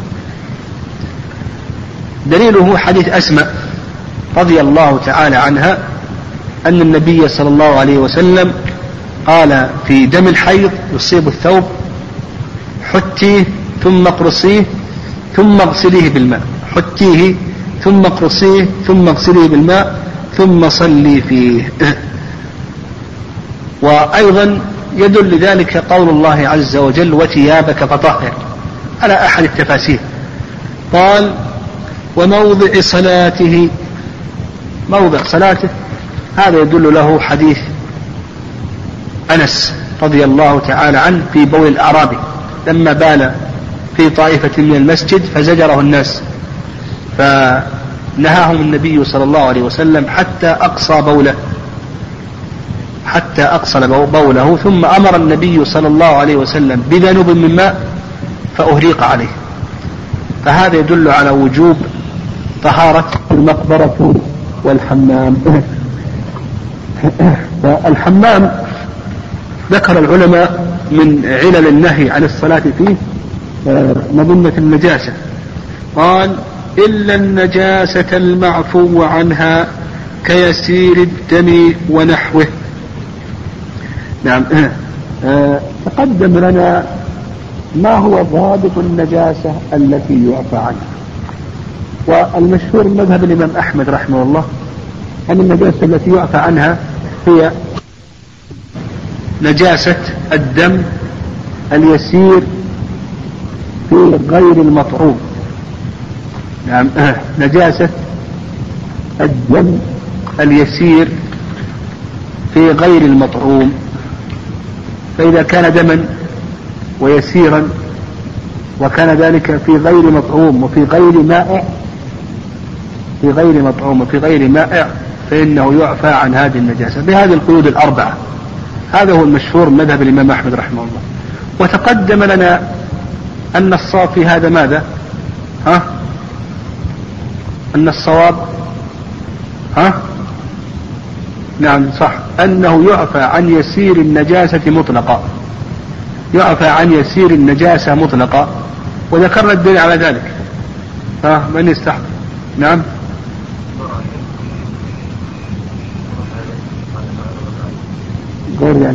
دليله حديث أسماء رضي الله تعالى عنها أن النبي صلى الله عليه وسلم قال في دم الحيض يصيب الثوب حتيه ثم اقرصيه ثم اغسليه بالماء، حتيه ثم اقرصيه ثم اغسليه بالماء ثم صلي فيه. وأيضا يدل ذلك قول الله عز وجل وثيابك فطهر على أحد التفاسير. قال وموضع صلاته، موضع صلاته هذا يدل له حديث أنس رضي الله تعالى عنه في بول الأعرابي لما بال في طائفة من المسجد فزجره الناس فنهاهم النبي صلى الله عليه وسلم حتى أقصى بوله ثم أمر النبي صلى الله عليه وسلم بذنوب من ماء فأهريق عليه. فهذا يدل على وجوب طهارة المقبرة والحمام. والحمام ذكر العلماء من علل النهي عن الصلاة فيه مظنة النجاسة، قال إلا النجاسة المعفو عنها كيسير الدم ونحوه. نعم. تقدم لنا ما هو ضابط النجاسة التي يعفى عنها، والمشهور من مذهب الإمام أحمد رحمه الله أن النجاسة التي يعفى عنها هي نجاسة الدم اليسير في غير المطعوم. نعم. نجاسة الدم اليسير في غير المطعوم، فإذا كان دما ويسيرا وكان ذلك في غير مطعوم وفي غير مائع فإنه يعفى عن هذه النجاسة بهذه القيود الأربعة. هذا هو المشهور مذهب الإمام أحمد رحمه الله. وتقدم لنا أن الصواب في هذا ماذا؟ أن الصواب نعم صح، أنه يعفى عن يسير النجاسة مطلقا، يعفى عن يسير النجاسة مطلقا، وذكرنا الدليل على ذلك. من يستحق؟ نعم. غير يعني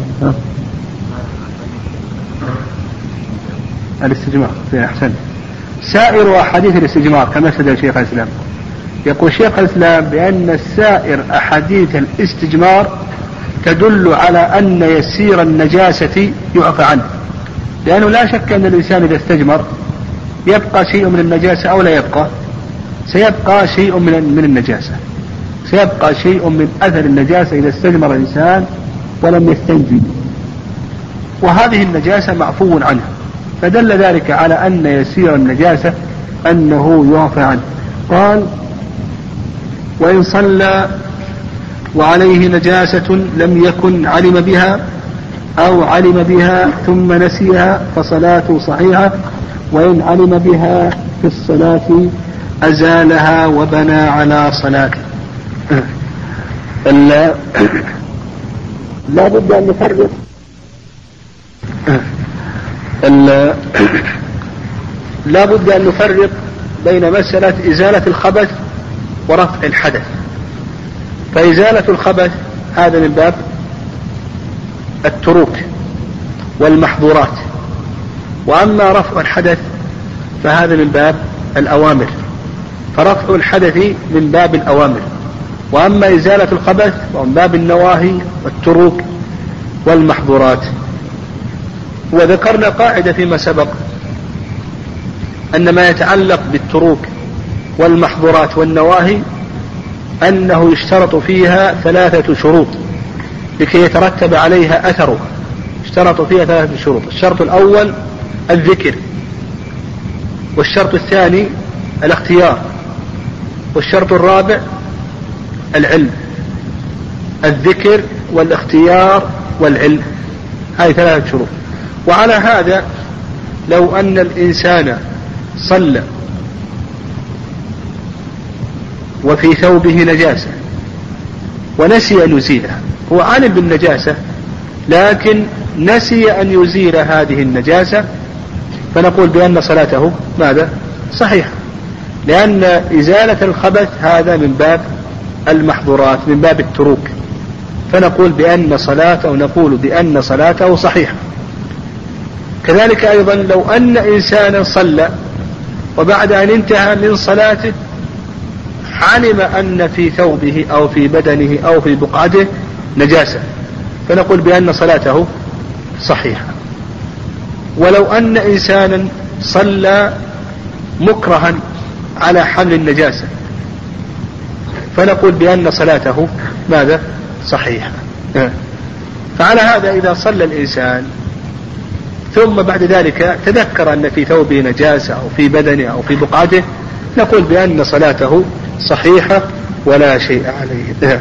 الاستجمار في أحسن سائر أحاديث الاستجمار كما استدل شيخ الإسلام. يقول شيخ الإسلام بأن سائر أحاديث الاستجمار تدل على أن يسير النجاسة يعفى عنه، لأنه لا شك أن الإنسان إذا استجمر يبقى شيء من النجاسة أو لا يبقى، سيبقى شيء من النجاسة، سيبقى شيء من أثر النجاسة إذا استجمر الإنسان ولم يستنجي، وهذه النجاسة معفو عنها، فدل ذلك على أن يسير النجاسة أنه يعفى عنه. قال وإن صلى وعليه نجاسة لم يكن علم بها أو علم بها ثم نسيها فصلاته صحيحة، وإن علم بها في الصلاة أزالها وبنى على صلاته. لا بد أن نفرق لا بد أن نفرق بين مسألة إزالة الخبث ورفع الحدث. فإزالة الخبث هذا من باب التروك والمحظورات، وأما رفع الحدث فهذا من باب الأوامر، فرفع الحدث من باب الأوامر، وأما إزالة الخبث ومن باب النواهي والتروك والمحظورات. وذكرنا قاعدة فيما سبق أن ما يتعلق بالتروك والمحظورات والنواهي أنه يشترط فيها 3 شروط لكي يترتب عليها أثره. اشترط فيها 3 شروط: الشرط الأول الذكر، والشرط الثاني الاختيار، والشرط الرابع العلم. الذكر والاختيار والعلم، هذه 3 شروط. وعلى هذا لو أن الإنسان صلى وفي ثوبه نجاسة ونسي أن يزيلها، هو عالم بالنجاسة لكن نسي أن يزيل هذه النجاسة، فنقول بأن صلاته ماذا؟ صحيحة، لأن إزالة الخبث هذا من باب المحظورات، من باب التروك، فنقول بأن صلاته صحيحة. كذلك أيضا لو أن إنسانا صلى وبعد أن انتهى من صلاته علم أن في ثوبه أو في بدنه أو في بقعته نجاسة، فنقول بأن صلاته صحيحة. ولو أن إنسانا صلى مكرها على حمل النجاسة، فنقول بأن صلاته ماذا؟ صحيحة. فعلى هذا إذا صلى الإنسان ثم بعد ذلك تذكر أن في ثوبه نجاسة أو في بدنه أو في بقعته، نقول بأن صلاته صحيحة ولا شيء عليه.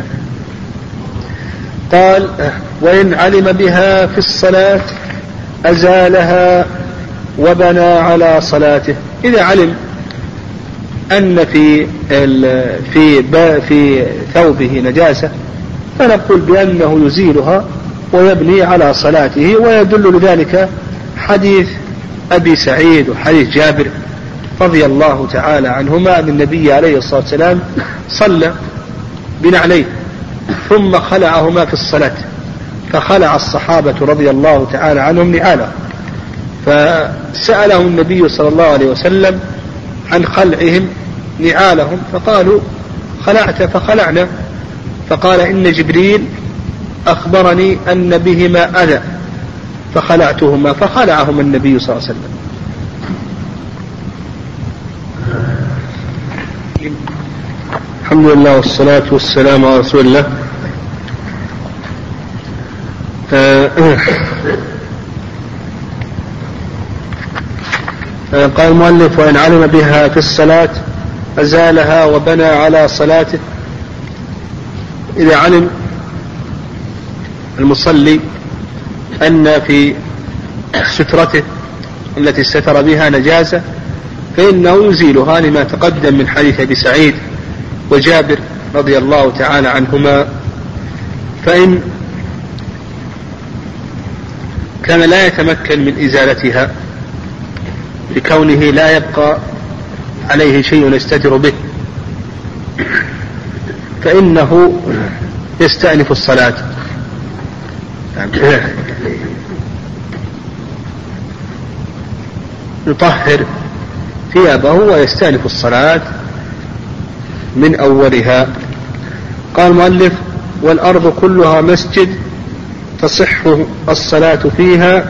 قال: وإن علم بها في الصلاة أزالها وبنى على صلاته. إذا علم أن في ثوبه نجاسة فنقول بأنه يزيلها ويبني على صلاته. ويدل لذلك حديث أبي سعيد وحديث جابر رضي الله تعالى عنهما أن النبي عليه الصلاة والسلام صلى بنعليه ثم خلعهما في الصلاة، فخلع الصحابة رضي الله تعالى عنهم نعاله، فسألهم النبي صلى الله عليه وسلم عن خلعهم نعالهم، فقالوا: خلعت؟ فخلعنا. فقال: إن جبريل أخبرني أن بهما أذى فخلعتهما، فخلعهما النبي صلى الله عليه وسلم. الحمد لله والصلاة والسلام على رسول الله. قال المؤلف: وإن علم بها في الصلاة أزالها وبنى على صلاته. إذا علم المصلي أن في سترته التي ستر بها نجاسة فإنه يزيلها، لما تقدم من حديث أبي سعيد وجابر رضي الله تعالى عنهما. فإن كان لا يتمكن من إزالتها لكونه لا يبقى عليه شيء يستتر به، فإنه يستأنف الصلاة، يطهر ثيابه ويستأنف الصلاة من أولها. قال المؤلف: والأرض كلها مسجد تصح الصلاة فيها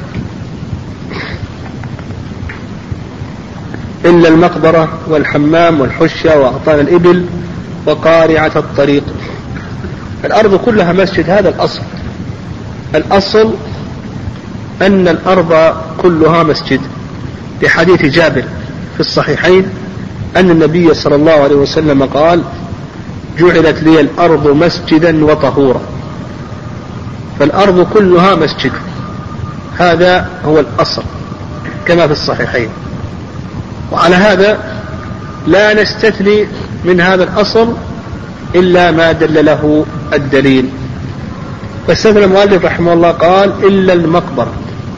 إلا المقبرة والحمام والحشة وأعطان الإبل وقارعة الطريق. الأرض كلها مسجد، هذا الأصل. الأصل أن الأرض كلها مسجد، بحديث جابر في الصحيحين أن النبي صلى الله عليه وسلم قال: جعلت لي الأرض مسجدا وطهورا. فالأرض كلها مسجد، هذا هو الأصل كما في الصحيحين. وعلى هذا لا نستثني من هذا الأصل إلا ما دل له الدليل. فاستثنى المؤلف رحمه الله قال: إلا المقبرة.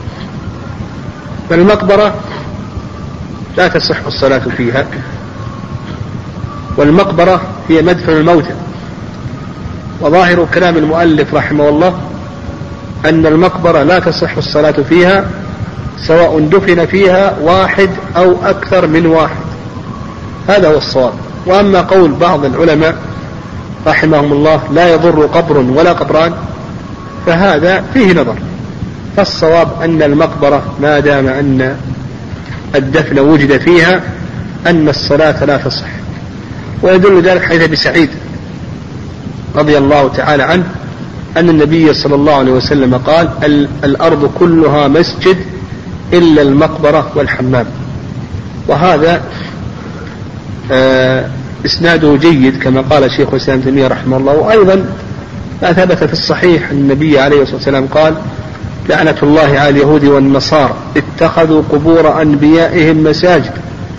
فالمقبرة لا تصح الصلاة فيها، والمقبرة هي مدفن الموتى. وظاهر كلام المؤلف رحمه الله أن المقبرة لا تصح الصلاة فيها، سواء دفن فيها واحد أو أكثر من واحد، هذا هو الصواب. وأما قول بعض العلماء رحمهم الله لا يضر قبر ولا قبران فهذا فيه نظر، فالصواب أن المقبرة ما دام أن الدفن وجد فيها أن الصلاة لا تصح. ويدل ذلك حديث أبي سعيد رضي الله تعالى عنه أن النبي صلى الله عليه وسلم قال الأرض كلها مسجد إلا المقبرة والحمام. وهذا إسناده جيد كما قال شيخ الإسلام ابن تيمية رحمه الله. وأيضا ما ثبت في الصحيح أن النبي عليه الصلاة والسلام قال لعنة الله على اليهود والنصارى اتخذوا قبور أنبيائهم مساجد،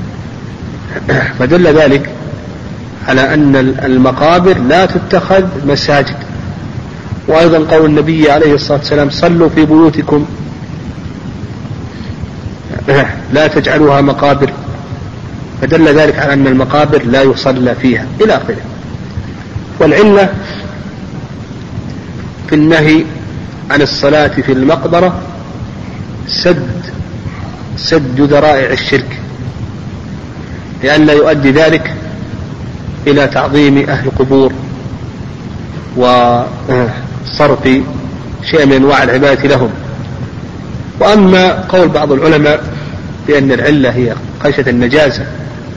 فدل ذلك على أن المقابر لا تتخذ مساجد. وأيضا قول النبي عليه الصلاة والسلام صلوا في بيوتكم لا تجعلوها مقابر، فدل ذلك على أن المقابر لا يصلى فيها إلى آخره. والعلة في النهي عن الصلاة في المقبرة سد ذرائع الشرك، لأن لا يؤدي ذلك إلى تعظيم أهل القبور وصرف شيء من أنواع العبادة لهم. وأما قول بعض العلماء بأن العلة هي خشية النجاسة،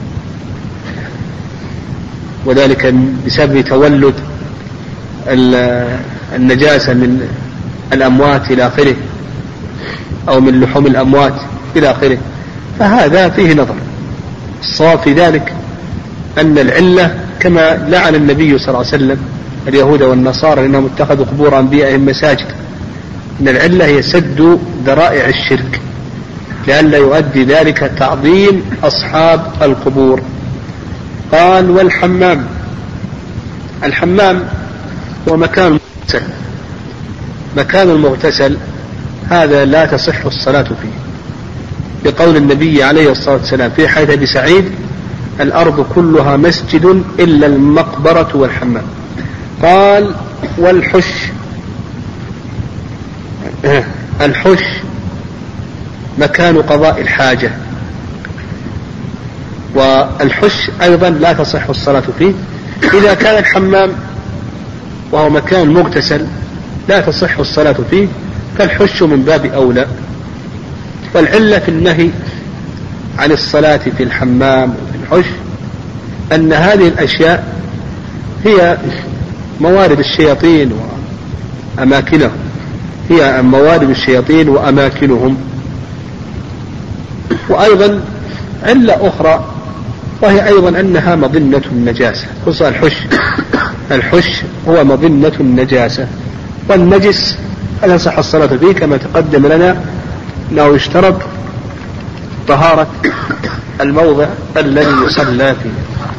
وذلك بسبب تولد النجاسة من الأموات إلى آخره أو من لحوم الأموات إلى آخره، فهذا فيه نظر. الصواب في ذلك أن العلة كما لعن النبي صلى الله عليه وسلم اليهود والنصارى لأنهم اتخذوا قبور أنبيائهم مساجد، أن العلة هي سد ذرائع الشرك لئلا يؤدي ذلك تعظيم أصحاب القبور. قال والحمام، الحمام هو مكان المغتسل هذا لا تصح الصلاة فيه، بقول النبي عليه الصلاة والسلام في حديث أبي سعيد الأرض كلها مسجد إلا المقبرة والحمام. قال والحش، الحش مكان قضاء الحاجة، والحش أيضا لا تصح الصلاة فيه. إذا كان الحمام وهو مكان مغتسل لا تصح الصلاة فيه فالحش من باب أولى. والعلة في النهي عن الصلاة في الحمام وفي الحش أن هذه الأشياء هي موارد الشياطين وأماكنهم، هي موارد الشياطين وأماكنهم. وأيضا علة أخرى وهي أيضا أنها مظنة النجاسة، خصوصا الحش هو مظنة النجاسة، والنجس لا يصح الصلاة فيه كما تقدم لنا أنه يشترط طهارة الموضع الذي يصلى فيه.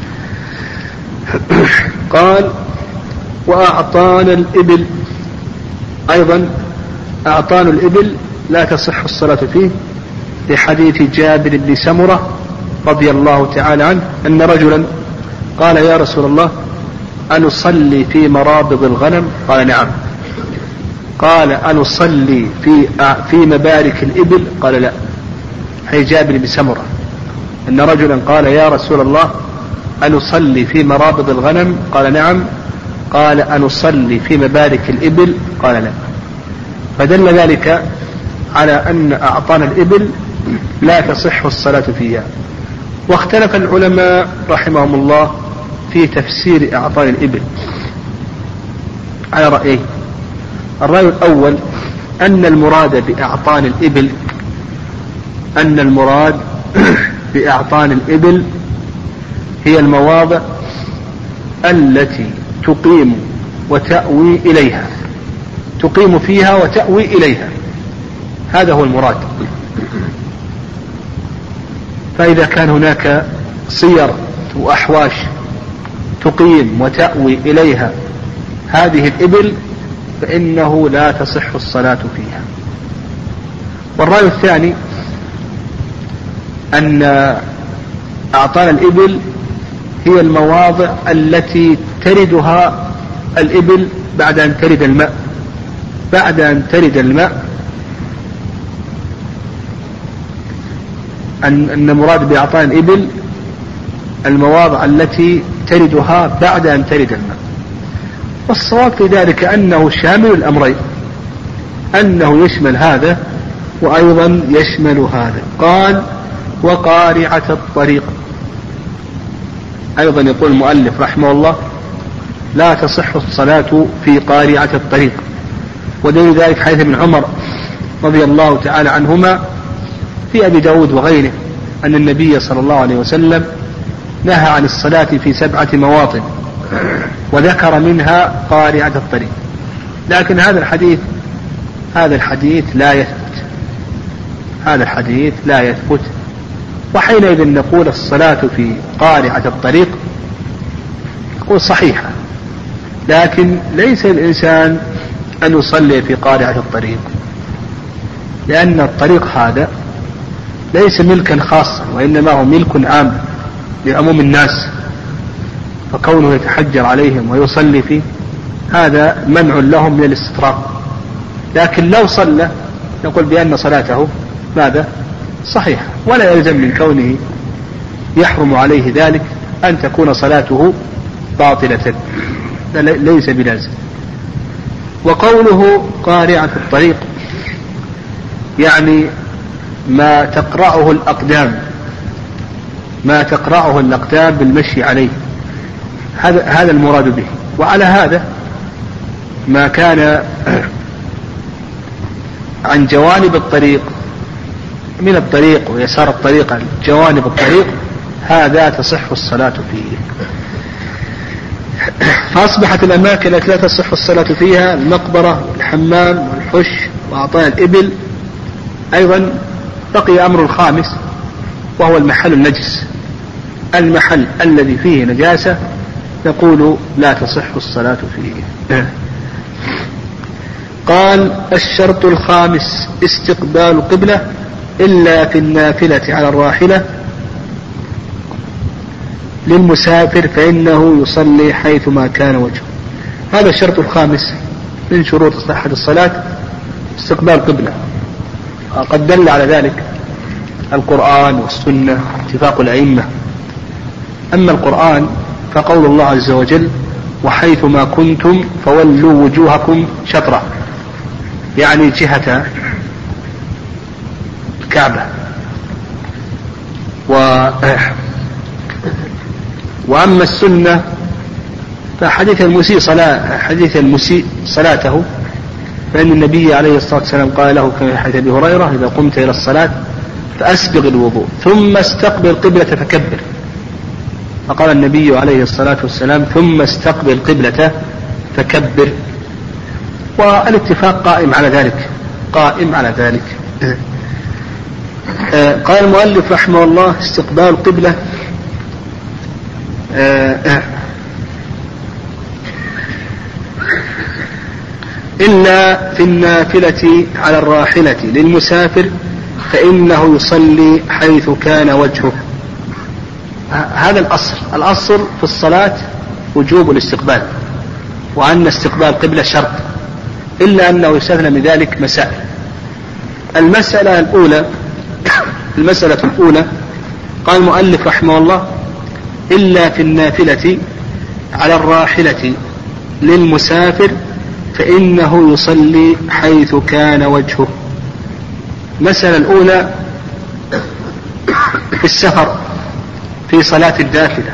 قال وأعطان الإبل، أيضا أعطان الإبل لا تصح الصلاة فيه لحديث جابر بن سمرة رضي الله تعالى عنه أن رجلا قال يا رسول الله أنصلي في مرابض الغنم؟ قال نعم. قال أنصلي في مبارك الإبل؟ قال لا. حي جابر بن سمرة أن رجلا قال يا رسول الله أنصلي في مرابض الغنم؟ قال نعم. قال أنصلي في مبارك الإبل؟ قال لا. فدل ذلك على أن أعطان الإبل لا تصح الصلاة فيها. واختلف العلماء رحمهم الله في تفسير أعطان الإبل على رأيين. الرأي الأول أن المراد بأعطان الإبل بأعطان الإبل هي المواضع التي تقيم وتأوي إليها، تقيم فيها وتأوي إليها، هذا هو المراد. فإذا كان هناك صير وأحواش تقيم وتأوي إليها هذه الإبل فإنه لا تصح الصلاة فيها. والرأي الثاني أن أعطان الإبل هي المواضع التي تردها الإبل بعد أن ترد الماء، أن مراد بأعطاء الإبل المواضع التي تردها بعد أن ترد الماء. والصواب في ذلك أنه شامل الأمرين، أنه يشمل هذا وأيضا يشمل هذا. قال وقارعة الطريق. أيضا يقول المؤلف رحمه الله لا تصح الصلاة في قارعة الطريق، ودليل ذلك حديث ابن عمر رضي الله تعالى عنهما في أبي داود وغيره أن النبي صلى الله عليه وسلم نهى عن الصلاة في 7 مواطن وذكر منها قارعة الطريق. لكن هذا الحديث لا يثبت، هذا الحديث لا يثبت، وحينئذ نقول الصلاة في قارعة الطريق نقول صحيحة، لكن ليس الإنسان أن يصلي في قارعة الطريق، لأن الطريق هذا ليس ملكا خاصا وإنما هو ملك عام لعموم الناس، فكونه يتحجر عليهم ويصلي فيه هذا منع لهم من الاستطراق. لكن لو صلى نقول بأن صلاته ماذا؟ صحيحة، ولا يلزم من كونه يحرم عليه ذلك أن تكون صلاته باطلة، ليس بلازم. وقوله قارعة الطريق يعني ما تقرعه الأقدام بالمشي عليه، هذا المراد به. وعلى هذا ما كان عن جوانب الطريق من الطريق ويسار الطريق عن جوانب الطريق هذا تصح الصلاة فيه. فأصبحت الأماكن التي لا تصح الصلاة فيها المقبرة والحمام والحش وأعطاء الإبل. أيضا بقي أمر خامس وهو المحل النجس، المحل الذي فيه نجاسة نقول لا تصح الصلاة فيه. قال الشرط الخامس استقبال القبلة إلا في النافلة على الراحلة للمسافر فإنه يصلي حيثما كان وجهه. هذا الشرط الخامس من شروط صحة الصلاة استقبال القبلة، قد دل على ذلك القرآن والسنة اتفاق الأئمة. أما القرآن فقول الله عز وجل وحيثما كنتم فولوا وجوهكم شطرة، يعني جهة الكعبة. وأما السنة فحديث المسيء صلاته، فإن النبي عليه الصلاة والسلام قال له كما في حديث أبي هريرة إذا قمت إلى الصلاة فأسبغ الوضوء ثم استقبل قبلة فكبر. فقال النبي عليه الصلاة والسلام ثم استقبل قبلة فكبر. والاتفاق قائم على ذلك. قال المؤلف رحمه الله استقبال القبلة إلا في النافلة على الراحلة للمسافر فإنه يصلي حيث كان وجهه. هذا الأصل في الصلاة وجوب الاستقبال، وأن استقبال قبلة شرط، إلا أنه يستثنى من ذلك مسائل. المسألة الأولى قال المؤلف رحمه الله إلا في النافلة على الراحلة للمسافر فإنه يصلي حيث كان وجهه. المسألة الأولى في السفر في صلاة النافلة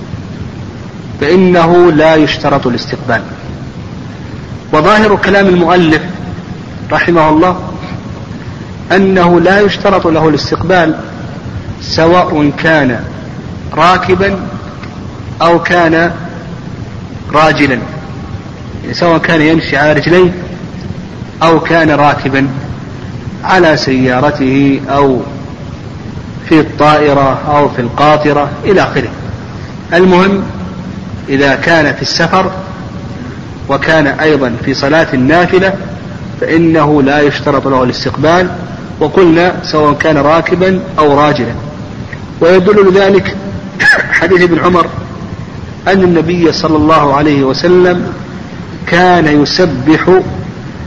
فإنه لا يشترط الاستقبال. وظاهر كلام المؤلف رحمه الله أنه لا يشترط له الاستقبال سواء كان راكبا أو كان راجلا، يعني سواء كان يمشي على رجليه أو كان راكبا على سيارته أو في الطائرة أو في القاطرة إلى آخره. المهم إذا كان في السفر وكان أيضا في صلاة النافلة فإنه لا يشترط له الاستقبال، وقلنا سواء كان راكبا أو راجلا. ويدل لذلك حديث ابن عمر أن النبي صلى الله عليه وسلم كان يسبح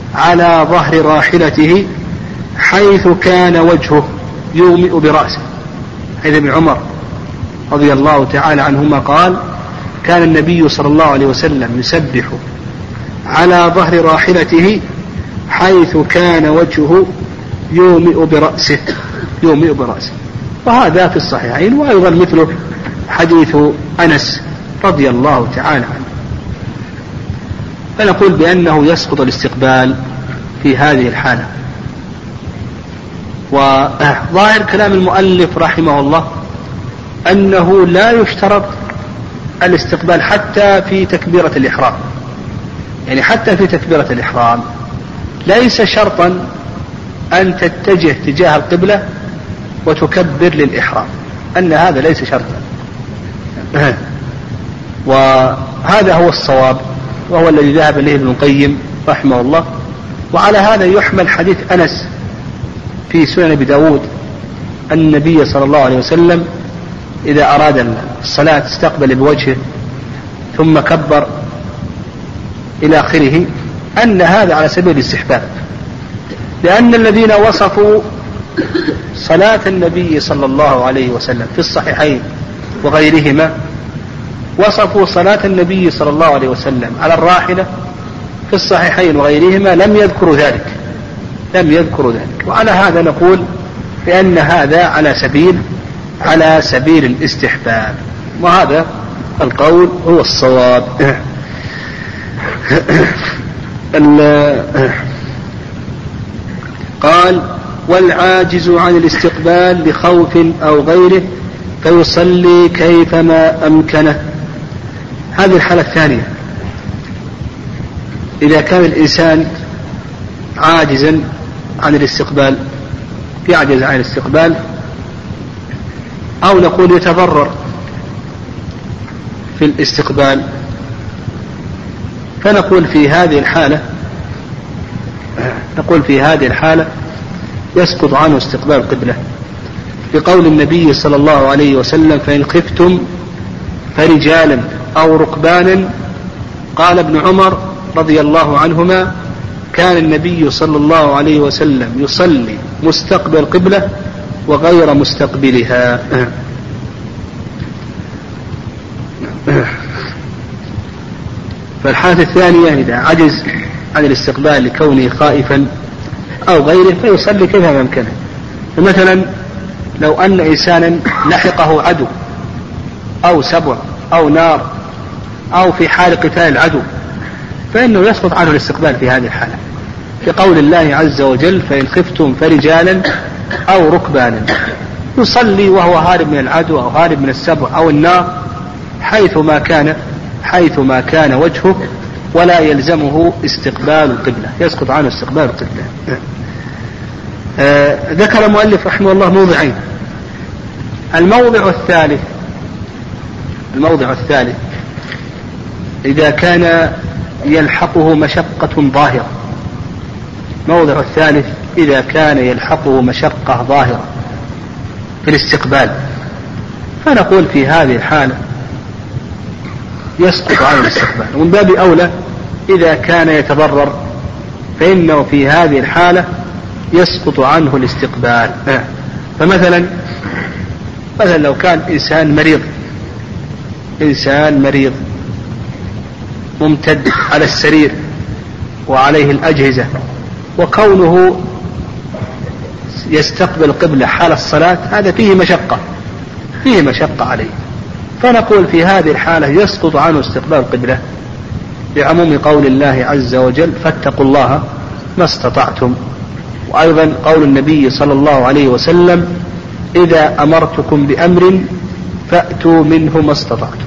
على ظهر راحلته حيث كان وجهه يومئ برأسه، حديث ابن عمر رضي الله تعالى عنهما قال: كان النبي صلى الله عليه وسلم يسبح على ظهر راحلته حيث كان وجهه يومئ برأسه. وهذا في الصحيحين، وأيضا مثله حديث أنس رضي الله تعالى عنه. فنقول بأنه يسقط الاستقبال في هذه الحالة. وظاهر كلام المؤلف رحمه الله أنه لا يشترط الاستقبال حتى في تكبيرة الإحرام، يعني حتى في تكبيرة الإحرام ليس شرطا أن تتجه تجاه القبلة وتكبر للإحرام، أن هذا ليس شرطا. وهذا هو الصواب، وهو الذي ذهب إليه ابن القيم رحمه الله. وعلى هذا يحمل حديث أنس في سنن أبي داود أن النبي صلى الله عليه وسلم إذا أراد الصلاة استقبل بوجهه ثم كبر إلى آخره، أن هذا على سبيل الاستحباب، لأن الذين وصفوا صلاة النبي صلى الله عليه وسلم في الصحيحين وغيرهما وصفوا صلاة النبي صلى الله عليه وسلم على الراحلة في الصحيحين وغيرهما لم يذكروا ذلك. وعلى هذا نقول بأن هذا على سبيل الاستحباب، وهذا القول هو الصواب. قال: والعاجز عن الاستقبال لخوف أو غيره فيصلي كيفما أمكنه. هذه الحالة الثانية، إذا كان الإنسان عاجزا عن الاستقبال، يعجز عن الاستقبال، أو نقول يتضرر في الاستقبال، فنقول في هذه الحالة يسقط عنه استقبال القبلة، بقول النبي صلى الله عليه وسلم: فإن خفتم فرجالا أو ركبانا. قال ابن عمر رضي الله عنهما: كان النبي صلى الله عليه وسلم يصلي مستقبل القبلة وغير مستقبلها. فالحالة الثانية إذا عجز عن الاستقبال لكونه خائفا أو غيره فيصلي كيفما أمكنه. فمثلا لو أن إنسانا لحقه عدو أو سبع أو نار أو في حال قتال العدو، فإنه يسقط عنه الاستقبال في هذه الحالة، لقول الله عز وجل: فإن خفتم فرجالا أو ركبانا. يصلي وهو هارب من العدو أو هارب من السبع أو النار حيثما كان وجهه، ولا يلزمه استقبال القبلة، يسقط عنه استقبال القبلة. ذكر المؤلف رحمه الله موضعين. الموضع الثالث إذا كان يلحقه مشقة ظاهرة. الموضع الثالث إذا كان يلحقه مشقة ظاهرة في الاستقبال، فنقول في هذه الحالة يسقط عنه الاستقبال. ومن باب أولى إذا كان يتضرر، فإنه في هذه الحالة يسقط عنه الاستقبال. فمثلا لو كان إنسان مريض ممتد على السرير وعليه الأجهزة، وكونه يستقبل القبلة حال الصلاة هذا فيه مشقة عليه، فنقول في هذه الحالة يسقط عنه استقبال القبلة لعموم قول الله عز وجل: فاتقوا الله ما استطعتم. وأيضا قول النبي صلى الله عليه وسلم: إذا أمرتكم بأمر فأتوا منه ما استطعتم.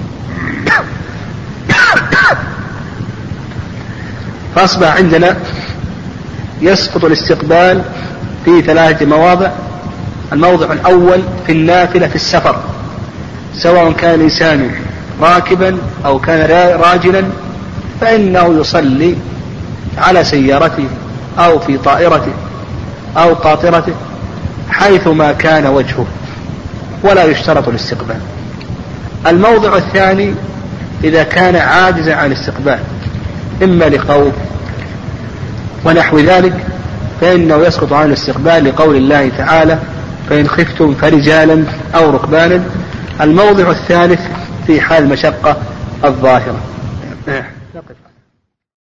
فأصبح عندنا يسقط الاستقبال في 3 مواضع. الموضع الأول في النافلة في السفر، سواء كان الإنسان راكبا أو كان راجلا، فإنه يصلي على سيارته أو في طائرته أو قاطرته حيثما كان وجهه، ولا يشترط الاستقبال. الموضع الثاني إذا كان عاجزا عن الاستقبال، إما لخوف ونحو ذلك، فإنه يسقط عن الاستقبال لقول الله تعالى: فإن خفتم فرجالا أو ركبانا. الموضع الثالث في حال المشقة الظاهرة.